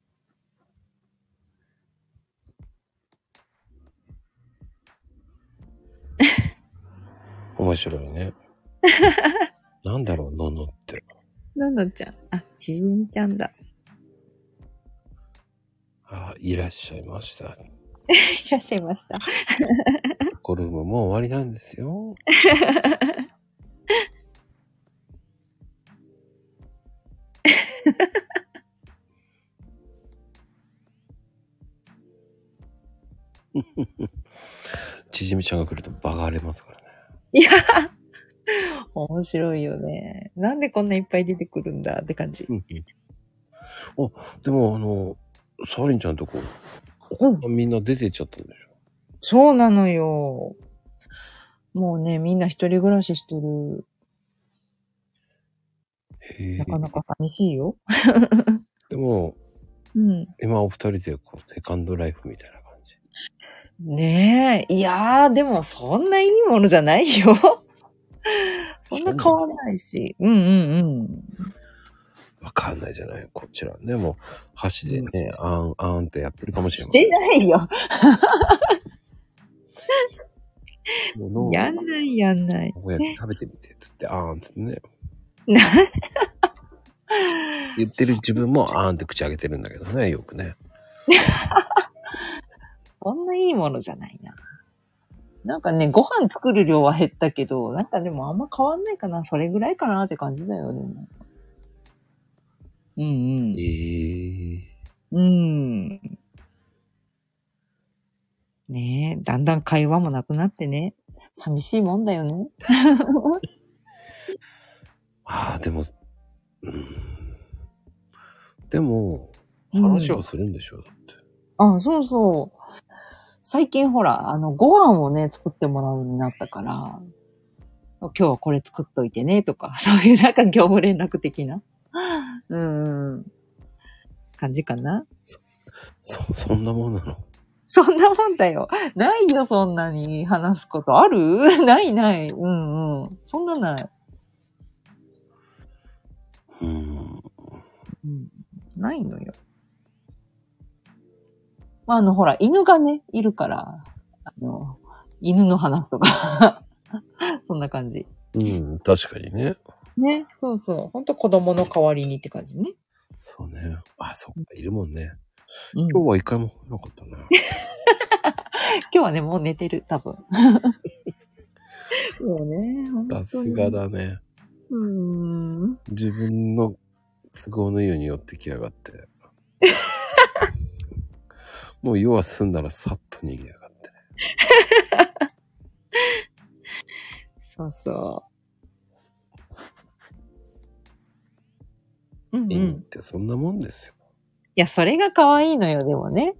面白いね。なんだろう、ののって。 ののちゃん。あ、ちじみちゃんだ。 あ、いらっしゃいました。 いらっしゃいました。 コルームもう終わりなんですよ。ちじみちゃんが来ると場が荒れますからね。 いや面白いよね。なんでこんないっぱい出てくるんだって感じ。 でもサーリンちゃんとこ、みんな出てっちゃったんでしょ。 そうなのよ。もうね、みんな一人暮らししてる。なかなか寂しいよ。 でも、今お二人でこうセカンドライフみたいな感じ。 ねえ。いやー、でもそんないいものじゃないよ。そんな変わらないし。 わかんないじゃない。こちらね、もう箸でね、あんってやってるかもしれない。 してないよ。やんない。 こうやって食べてみて、つって、あーんってね。言ってる自分もあーんって口開けてるんだけどね、よくね。 そんないいものじゃないな。なんかね、ご飯作る量は減ったけど、なんかでもあんま変わんないかな。それぐらいかなって感じだよ、でも。ねえ、だんだん会話もなくなってね。寂しいもんだよね。 でも、でも、話はするんでしょ、だって。 あ、そうそう。最近ほら、ご飯をね、作ってもらうようになったから、今日はこれ作っといてね、とか、そういうなんか業務連絡的な、感じかな。 そんなもんなの？ そんなもんだよ。ないよ、そんなに話すこと。ある？ない。そんなない。ないのよ。ほら、犬がね、いるから、犬の話とか、そんな感じ。 確かにね。 ね、そうそう。ほんと子供の代わりにって感じね。 そうね。そっか、いるもんね。今日は一回も来なかったな。 今日はね、もう寝てる、多分。そうね。 さすがだね。自分の都合のいいように寄ってきやがって。もう夜は済んだらさっと逃げやがってね。 そうそう。 犬ってそんなもんですよ。 いや、それが可愛いのよ、でもね。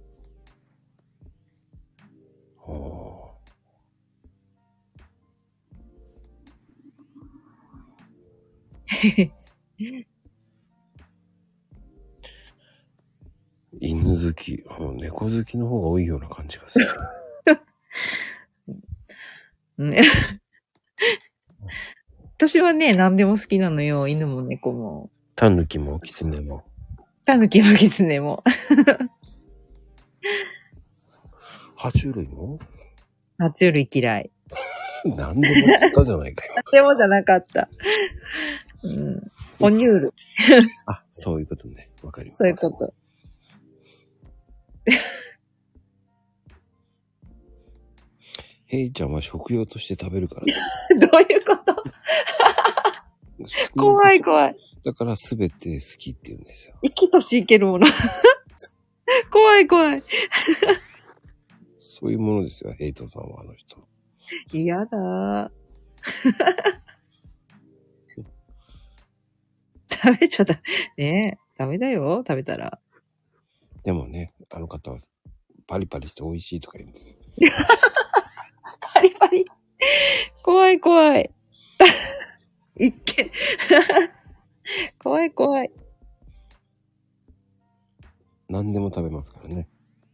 犬好き、猫好きの方が多いような感じがする。 ね私はね、何でも好きなのよ。犬も猫も。 タヌキもキツネも。 タヌキもキツネも。 爬虫類も？ 爬虫類嫌い。 何でも釣ったじゃないかよ。 何でもじゃなかった。うん。哺乳類。 あ、そういうことね。わかります。 そういうこと。 ヘイちゃんは食用として食べるから。 どういうこと怖い怖い。 だからすべて好きって言うんですよ。 生きとしいけるもの。怖い怖い。 そういうものですよ、ヘイトさんはあの人。 嫌だ。食べちゃねえ、ダメだよ、食べたら。 でもね、あの方はパリパリして美味しいとか言うんですよ。 パリパリ。怖い怖い。一見。怖い怖い。 何でも食べますからね。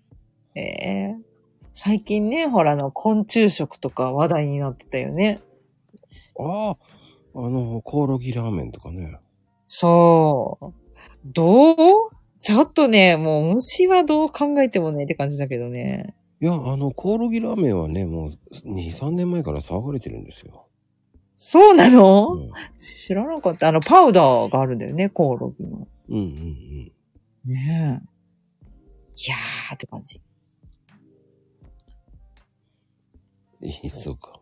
最近ね、ほら昆虫食とか話題になってたよね。 ああ、コオロギラーメンとかね。 そう。どう？ちょっとね、もう虫はどう考えてもねって感じだけどね。 いや、コオロギラーメンはね、もう2、3年前から騒がれてるんですよ。 そうなの？ うん、 知らなかった。パウダーがあるんだよね、コオロギの。 うんうんうん。 ねえ。いやーって感じ。 そうか。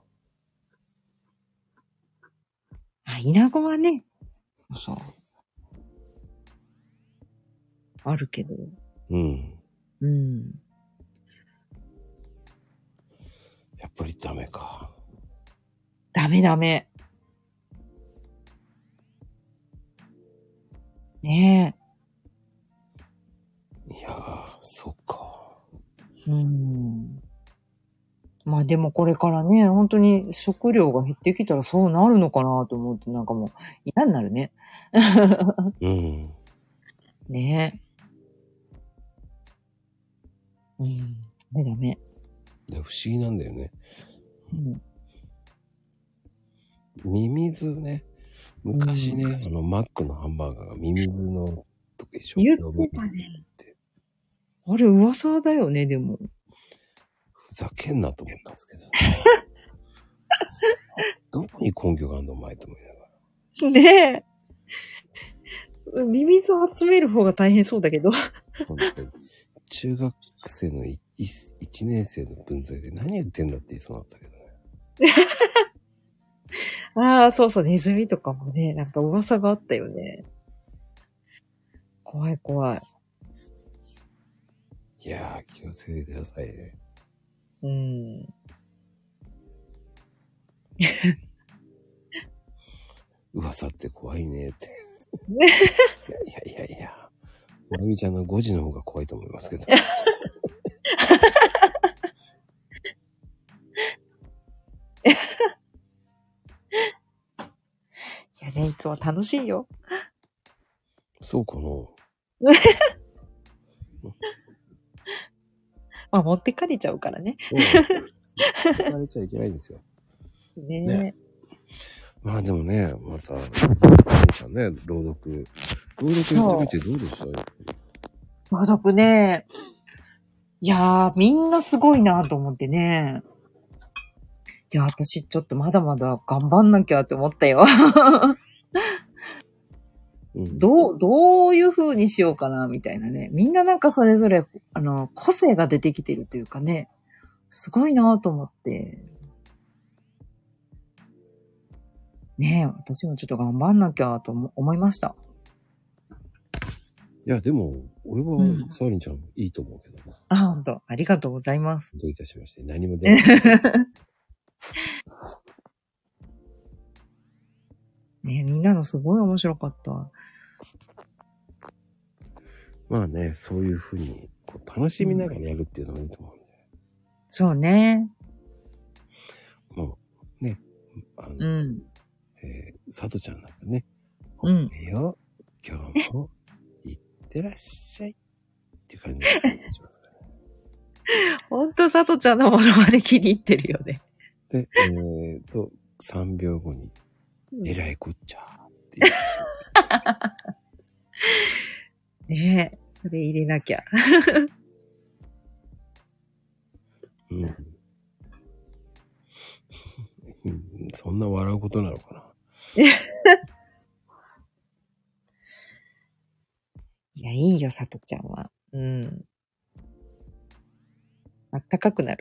イナゴはね、そう。あるけど。 うん。 うん。 やっぱりダメか。 ダメダメ。ねえ。いやー、そっか。 まあでもこれからね、本当に食料が減ってきたらそうなるのかなと思ってなんかもう嫌になるね。 うん。 ねえ。ダメダメ。 不思議なんだよね。 うんミミズね。昔ね、マックのハンバーガーがミミズのとか一緒に言ってたね。あれ噂だよね、でも。 ふざけんなと思ったんですけど。どこに根拠があるのお前と思いながら。ねえ。ミミズを集める方が大変そうだけど。 中学生の1年生の分際で何言ってんだって言いそうだったけどね。 ああ、そうそう、ネズミとかもね、なんか噂があったよね。怖い怖い。 いやー、気をつけてくださいね。噂って怖いねって。いや。まゆみちゃんの5時の方が怖いと思いますけど。 いやね、いつも楽しいよ。 そうかな。 まあ、持ってかれちゃうからね。 そうなんですよ。持ってかれちゃいけないんですよ。 ね。 まあでもね、また、ね、朗読してみてどうでした？ 朗読ね。いやー、みんなすごいなと思ってね。いや、私ちょっとまだまだ頑張んなきゃって思ったよ。どういう風にしようかな、みたいなね。みんななんかそれぞれ、個性が出てきてるというかね。すごいなと思って。ねえ、私もちょっと頑張んなきゃと思いました。 いや、でも、俺は、サーリンちゃんいいと思うけどな。 ほんと。ありがとうございます。 どういたしまして。何も出ない。 ねえ、みんなのすごい面白かった。 まあね、そういうふうに、楽しみながらやるっていうのがいいと思うんで。 そうね。 もう、ね、佐藤ちゃんなんかね、 うん。 よ、今日も、いってらっしゃい。っていう感じがしますかね。 ほんと、さとちゃんのものまね気に入ってるよね。 で、3秒後に、えらいこっちゃーっていう。 ねえ、それ入れなきゃ。 うん。そんな笑うことなのかな。 いや、いいよ、さとちゃんは。うん。あったかくなる。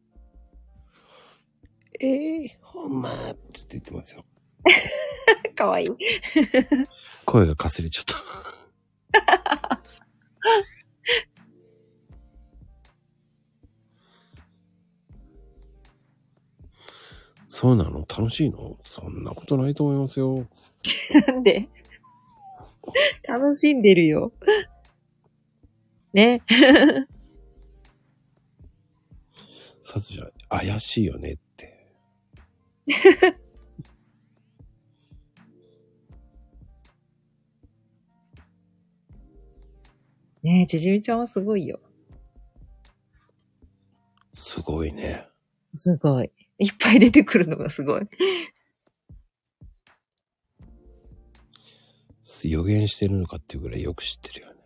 ほんまーつって言ってますよ。 かわいい。 声がかすれちゃった。そうなの？楽しいの？そんなことないと思いますよ。 なんで？楽しんでるよ。ね。 さつちゃん、怪しいよねって。 ねえ、ちじみちゃんはすごいよ。 すごいね。 すごい。いっぱい出てくるのがすごい。 予言してるのかっていうぐらいよく知ってるよね。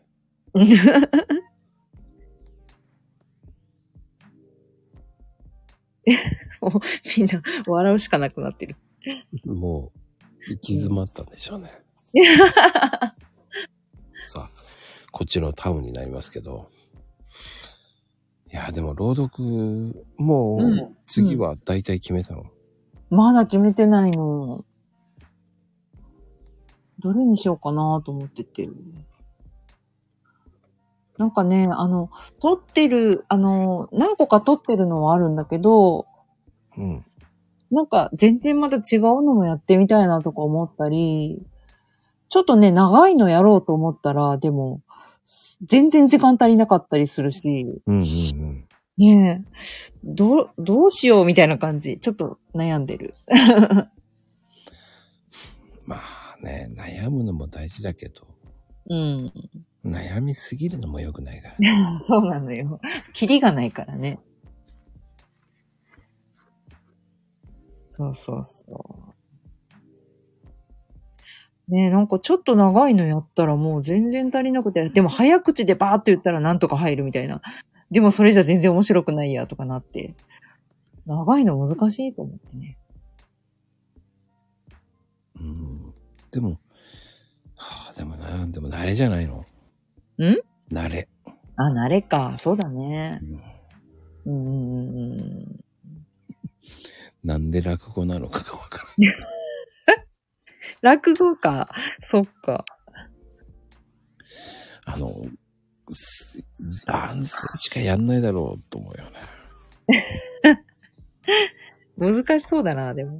もうみんな笑うしかなくなってる。 もう、行き詰まったんでしょうね。さあ、こっちのタウンになりますけど。いや、でも朗読、もう、次は大体決めたの？ まだ決めてないの。どれにしようかなと思ってて。なんかね、撮ってる、何個か撮ってるのはあるんだけど、 うん。 なんか全然また違うのもやってみたいなとか思ったり、ちょっとね、長いのやろうと思ったら、でも、全然時間足りなかったりするし、 うんうんうん。 ねえ、どうしようみたいな感じ。ちょっと悩んでる。 まあね、悩むのも大事だけど、 うん。 悩みすぎるのも良くないから。 そうなのよ。キリがないからね。そうそうそう。ねえ、なんかちょっと長いのやったらもう全然足りなくて、でも早口でバーっと言ったらなんとか入るみたいな。でもそれじゃ全然面白くないやとかなって。長いの難しいと思ってね。 うん。でも、でも慣れじゃないの？慣れ。 あ、慣れか。そうだね。 うん。なんで落語なのかがわからない。 落語か。そっか。 男性しかやんないだろうと思うよね。 難しそうだな、でも。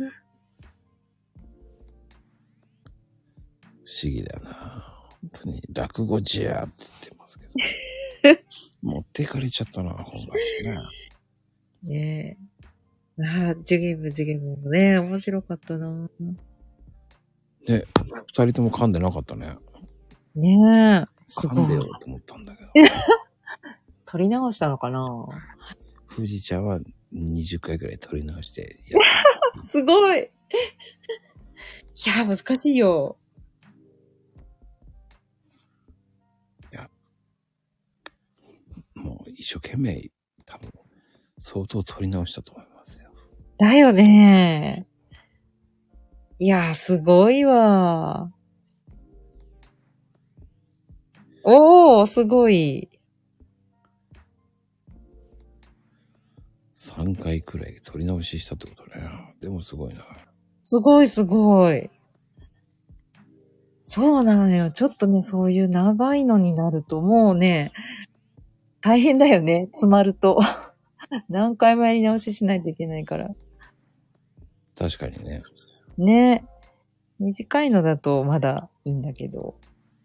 不思議だよな。本当に落語じゃーって言ってますけど。持っていかれちゃったな、ほんまにね。 ねえ。ああ、ジュゲムもね、面白かったな。 ね、二人とも噛んでなかったね。 ねえ。すごい。 噛んでよと思ったんだけど。 撮り直したのかな？ 富士ちゃんは20回くらい撮り直してやった。すごい。いや、難しいよ。 いや、もう一生懸命、多分、相当撮り直したと思いますよ。 だよね。いや、すごいわ。おー、すごい。 3回くらい撮り直ししたってことね。でもすごいな。 すごいすごい。そうなのよ。ちょっとね、そういう長いのになるともうね、大変だよね。詰まると。何回もやり直ししないといけないから。 確かにね。 ね。短いのだとまだいいんだけど。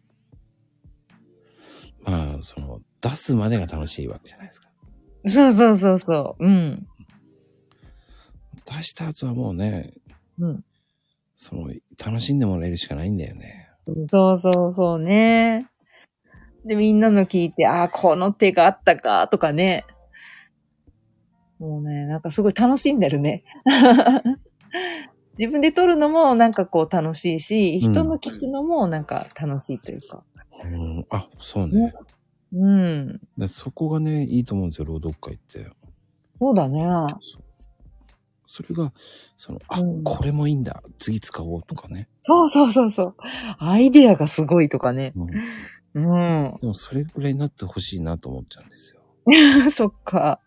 まあ、出すまでが楽しいわけじゃないですか。 そうそうそうそう。うん。 出した後はもうね、 楽しんでもらえるしかないんだよね。 そうそうそうね。で、みんなの聞いて、ああ、この手があったか、とかね。もうね、なんかすごい楽しんでるね。自分で撮るのもなんかこう楽しいし、人の聞くのもなんか楽しいというか。 あ、そうね。 うん。 そこがね、いいと思うんですよ、朗読会って。 そうだね。 それが、これもいいんだ、次使おうとかね。 そうそうそうそう。アイデアがすごいとかね。 でもそれぐらいになってほしいなと思っちゃうんですよ。 そっか。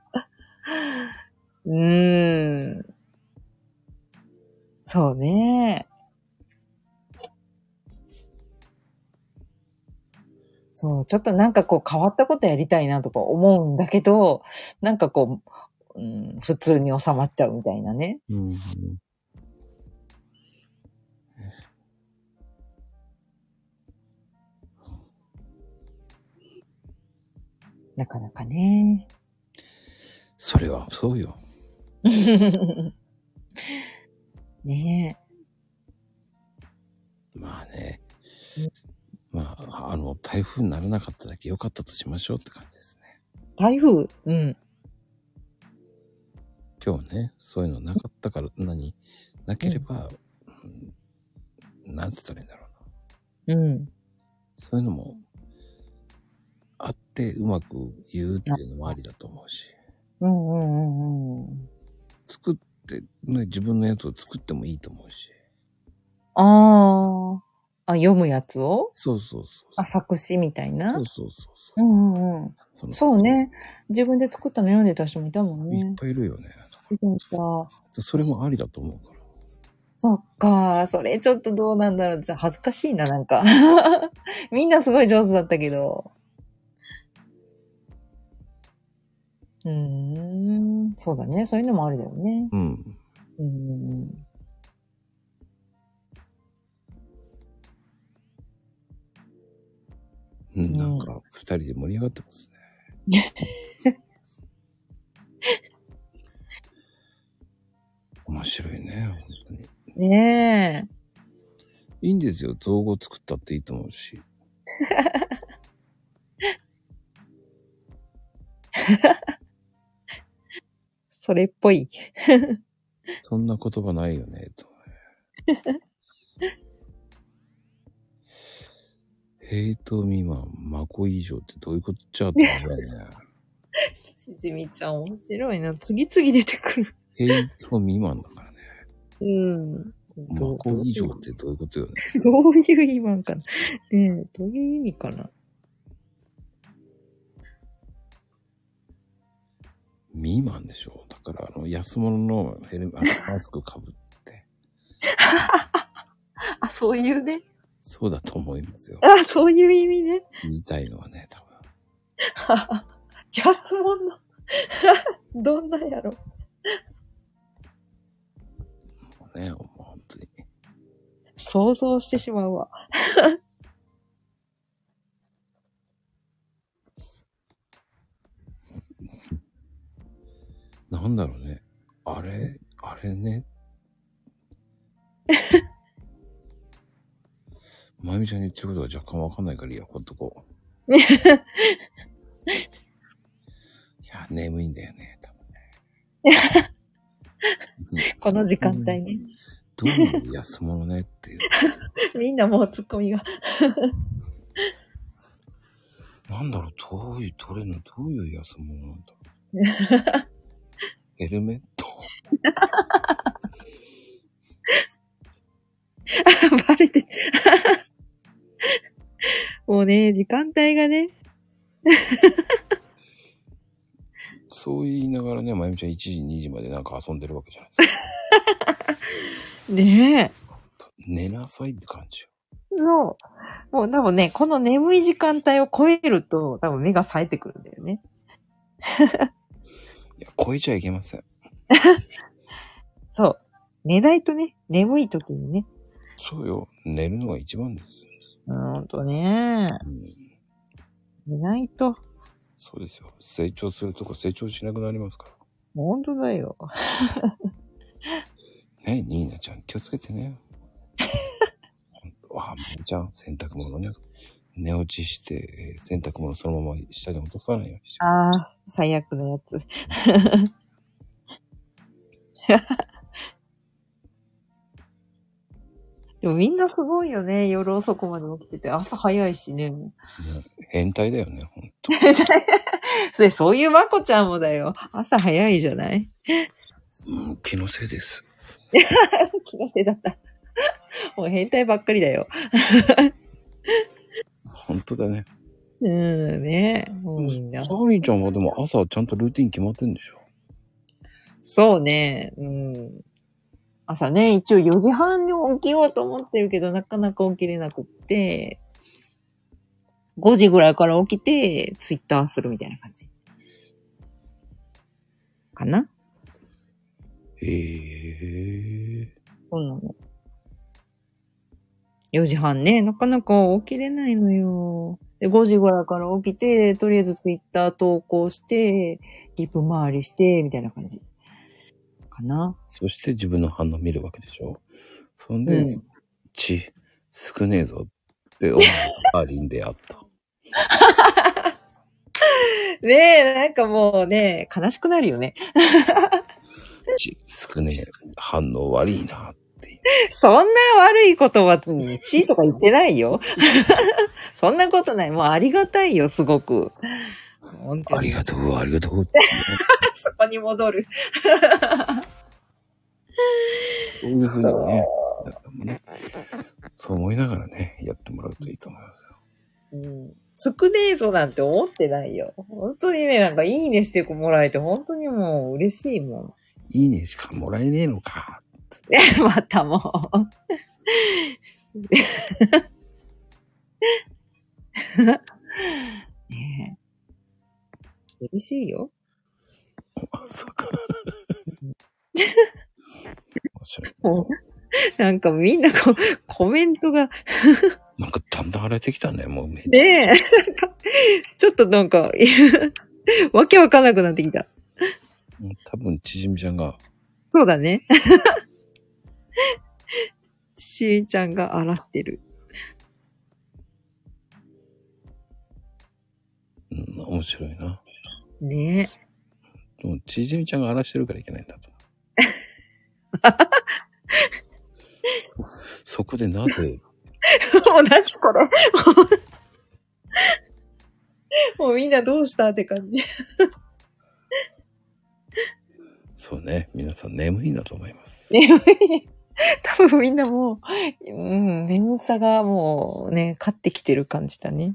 そうね。そう、ちょっとなんかこう変わったことやりたいなとか思うんだけど、なんかこう、普通に収まっちゃうみたいなね。なかなかね。 それはそうよ。 ねえ。 まあね。まあ、台風にならなかっただけ良かったとしましょうって感じですね。 台風？ 今日ね、そういうのなかったから、なければ、なんて言ったらいいんだろうな。そういうのも、あってうまく言うっていうのもありだと思うし。作って、ね、自分のやつを作ってもいいと思うし。 読むやつを？ そうそうそう。 作詞みたいな？ そうそうそうそう。 そうね。自分で作ったの読んでた人もいたもんね。 いっぱいいるよね。それもありだと思うから。 そっか。それちょっとどうなんだろう。じゃあ恥ずかしいな、なんか。みんなすごい上手だったけど。そうだね。そういうのもありだよね。 なんか、二人で盛り上がってますね。面白いね、本当に。 ねえ。いいんですよ。造語作ったっていいと思うし。 それっぽい。 そんな言葉ないよね、と。ヘイト未満、マコ以上ってどういうことちゃうと思うよね。 しじみちゃん面白いな。次々出てくる。 ヘイト未満だからね。マコ以上ってどういうことよね。 どういう意味かな。どういう意味かな。 未満でしょ。だから安物のマスクかぶって。 そういうね。 そうだと思いますよ。 そういう意味ね。 言いたいのはね、多分。安物の。どんなやろ。 もうね、もう本当に。 想像してしまうわ。 なんだろうね。あれね。まゆみちゃんに言ってることが若干わかんないからいいや、ほっとこう。いや、眠いんだよね、多分ね。 この時間帯ね。 どういう安物ねっていう。 みんなもうツッコミが。 なんだろう、どういう安物なんだろう。ヘルメットバレてもうね、時間帯がね。 そう言いながらね、まゆみちゃん1時、2時までなんか遊んでるわけじゃないですか。ねえ。 寝なさいって感じよ。 そう。もう多分ね、この眠い時間帯を超えると、多分目が冴えてくるんだよね。 いや、超えちゃいけません。 そう。寝ないとね、眠い時にね。 そうよ。寝るのが一番です。 ほんとね。寝ないと。 そうですよ。成長するとこ成長しなくなりますから。 ほんとだよ。 ねえ、ニーナちゃん気をつけてね。 あ、じゃあ洗濯物ね。寝落ちして、洗濯物そのまま下に落とさないようにして。 ああ、最悪のやつ。でもみんなすごいよね。夜遅くまで起きてて、朝早いしね。 ね、変態だよね、ほんと。 そういうまこちゃんもだよ。朝早いじゃない？ うん、気のせいです。 気のせいだった。もう変態ばっかりだよ。 ほんとだね。 ねもうみんな。 サーリーちゃんはでも朝ちゃんとルーティン決まってんでしょ？ そうね。朝ね、一応4時半に起きようと思ってるけど、なかなか起きれなくって、5時ぐらいから起きて、ツイッターするみたいな感じ。かな？そうなの。4時半ね、なかなか起きれないのよ。で、5時ぐらいから起きて、とりあえずツイッター投稿して、リプ回りして、みたいな感じ。かな。 そして自分の反応見るわけでしょ？そんで、少ねえぞって思うアーリンであった。 ねえ、なんかもうね、悲しくなるよね。 少ねえ、反応悪いなっていう。 そんな悪い言葉に、とか言ってないよ。そんなことない。もうありがたいよ、すごく。 ありがとう、ありがとう。 そこに戻る。 そういうふうにね、皆さんもね、そう思いながらね、やってもらうといいと思いますよ。 少ねえぞなんて思ってないよ。本当にね、なんかいいねしてもらえて本当にもう嬉しいもん。 いいねしかもらえねえのか。 またもう。ねえ。嬉しいよ。 まさか。 もうなんかみんなコメントがなんかだんだん荒れてきたね、もうめっちゃ。 ねえ。ちょっとなんか、わけわかんなくなってきた。 多分、ちじみちゃんが。 そうだね。ちじみちゃんが荒らしてる。 面白いな。 ねえ。でも、ちじみちゃんが荒らしてるからいけないんだと。そこでなぜもう何これもうみんなどうしたって感じ。 そうね。皆さん眠いんだと思います。 眠い。多分みんなもう、眠さがもうね、勝ってきてる感じだね。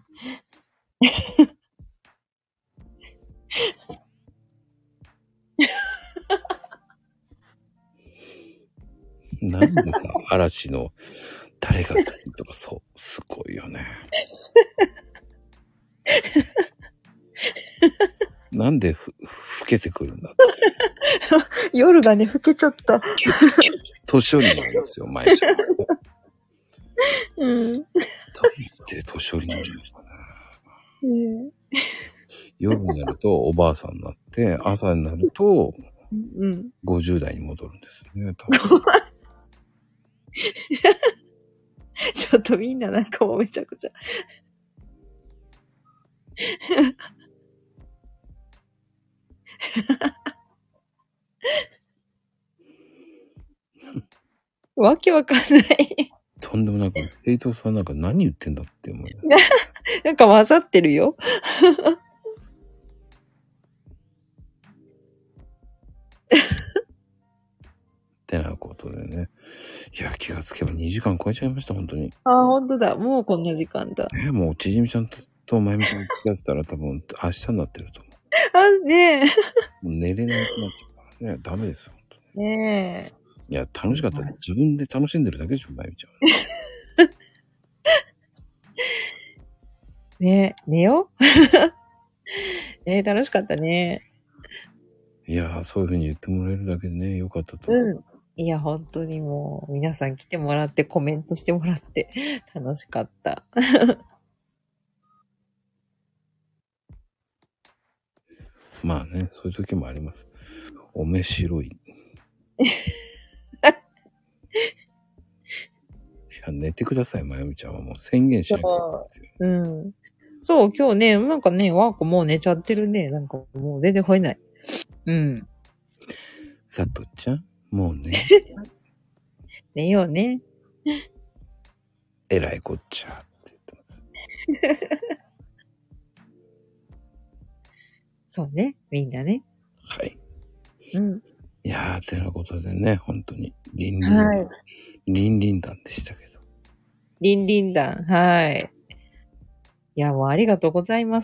なんでさ、嵐の誰が好きとか、そう、すごいよね。なんで老けてくるんだって夜がね、老けちゃった。 年寄りになるんですよ、毎週。どう言って年寄りになるんですかね。夜になるとおばあさんになって、朝になると、50代に戻るんですよね、多分。 ちょっとみんななんかもうめちゃくちゃ。わけわかんない。 とんでもなく、ヘイトさんなんか何言ってんだって思う。 なんか混ざってるよ。 ってなことでね。いや、気がつけば2時間超えちゃいました、本当に。 ああ、本当だ。もうこんな時間だ。 もう、ちじみちゃんとまゆみちゃん付き合ってたら多分明日になってると思う。 あ、ねえ。 もう寝れなくなっちゃうからね。ダメですよ、本当に。 ねえ。 いや、楽しかったね。自分で楽しんでるだけでしょ、まゆみちゃん。 ねえ、寝よねえ、楽しかったね。 いやー、そういう風に言ってもらえるだけでね、よかったと思う。 いや、本当にもう、皆さん来てもらって、コメントしてもらって、楽しかった。 まあね、そういう時もあります。おめしろい。いや、寝てください、まゆみちゃんはもう宣言しなきゃいけないですよ。 うん。そう、今日ね、なんかね、ワーコもう寝ちゃってるね。なんかもう全然吠えない。うん。 さとちゃん、もうね。 寝ようね。 えらいこっちゃって言ってます。 そうね、みんなね。 はい。 うん。 いやー、てなことでね、本当に、リンリン団でしたけど。 リンリン団、はい。いや、もうありがとうございます。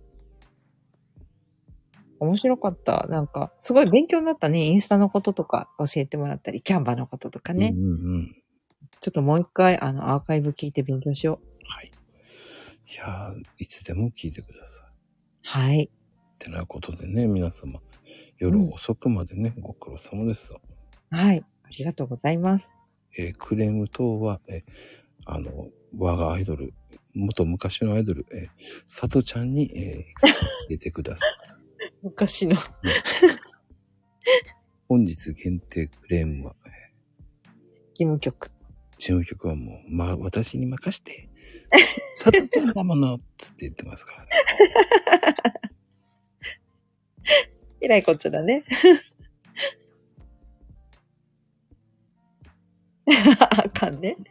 面白かった。なんか、すごい勉強になったね。インスタのこととか教えてもらったり、キャンバのこととかね。ちょっともう一回、アーカイブ聞いて勉強しよう。 はい。いやー、いつでも聞いてください。 はい。 てなことでね、皆様、夜遅くまでね、ご苦労様です。 はい。ありがとうございます。 クレーム等は、我がアイドル、元昔のアイドル、さとちゃんに、入れてください。 昔の。 本日限定クレームは、 事務局。 事務局はもう、私に任して、さとちゃんだもの、つって言ってますからね。 えらいこっちゃだね。あかんね。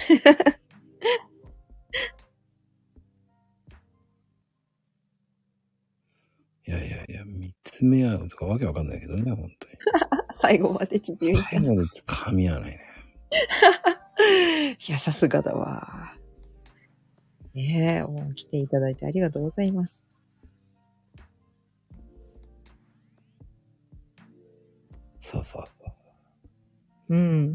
いや、見つめ合うとかわけわかんないけどね、本当に。 最後まで縮みちゃう。 最後まで噛み合わないね。 いや、さすがだわ。ねえ、もう来ていただいてありがとうございます。 そう。 うん。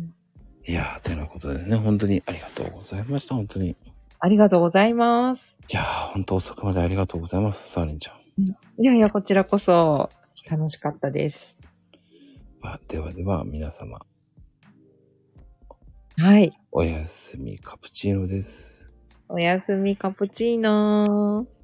いやー、てなことでね、本当にありがとうございました、本当に。 ありがとうございます。 いやー、本当遅くまでありがとうございます、サーリンちゃん。 いや、こちらこそ楽しかったです。 では、皆様。 はい。 おやすみカプチーノです。 おやすみカプチーノー。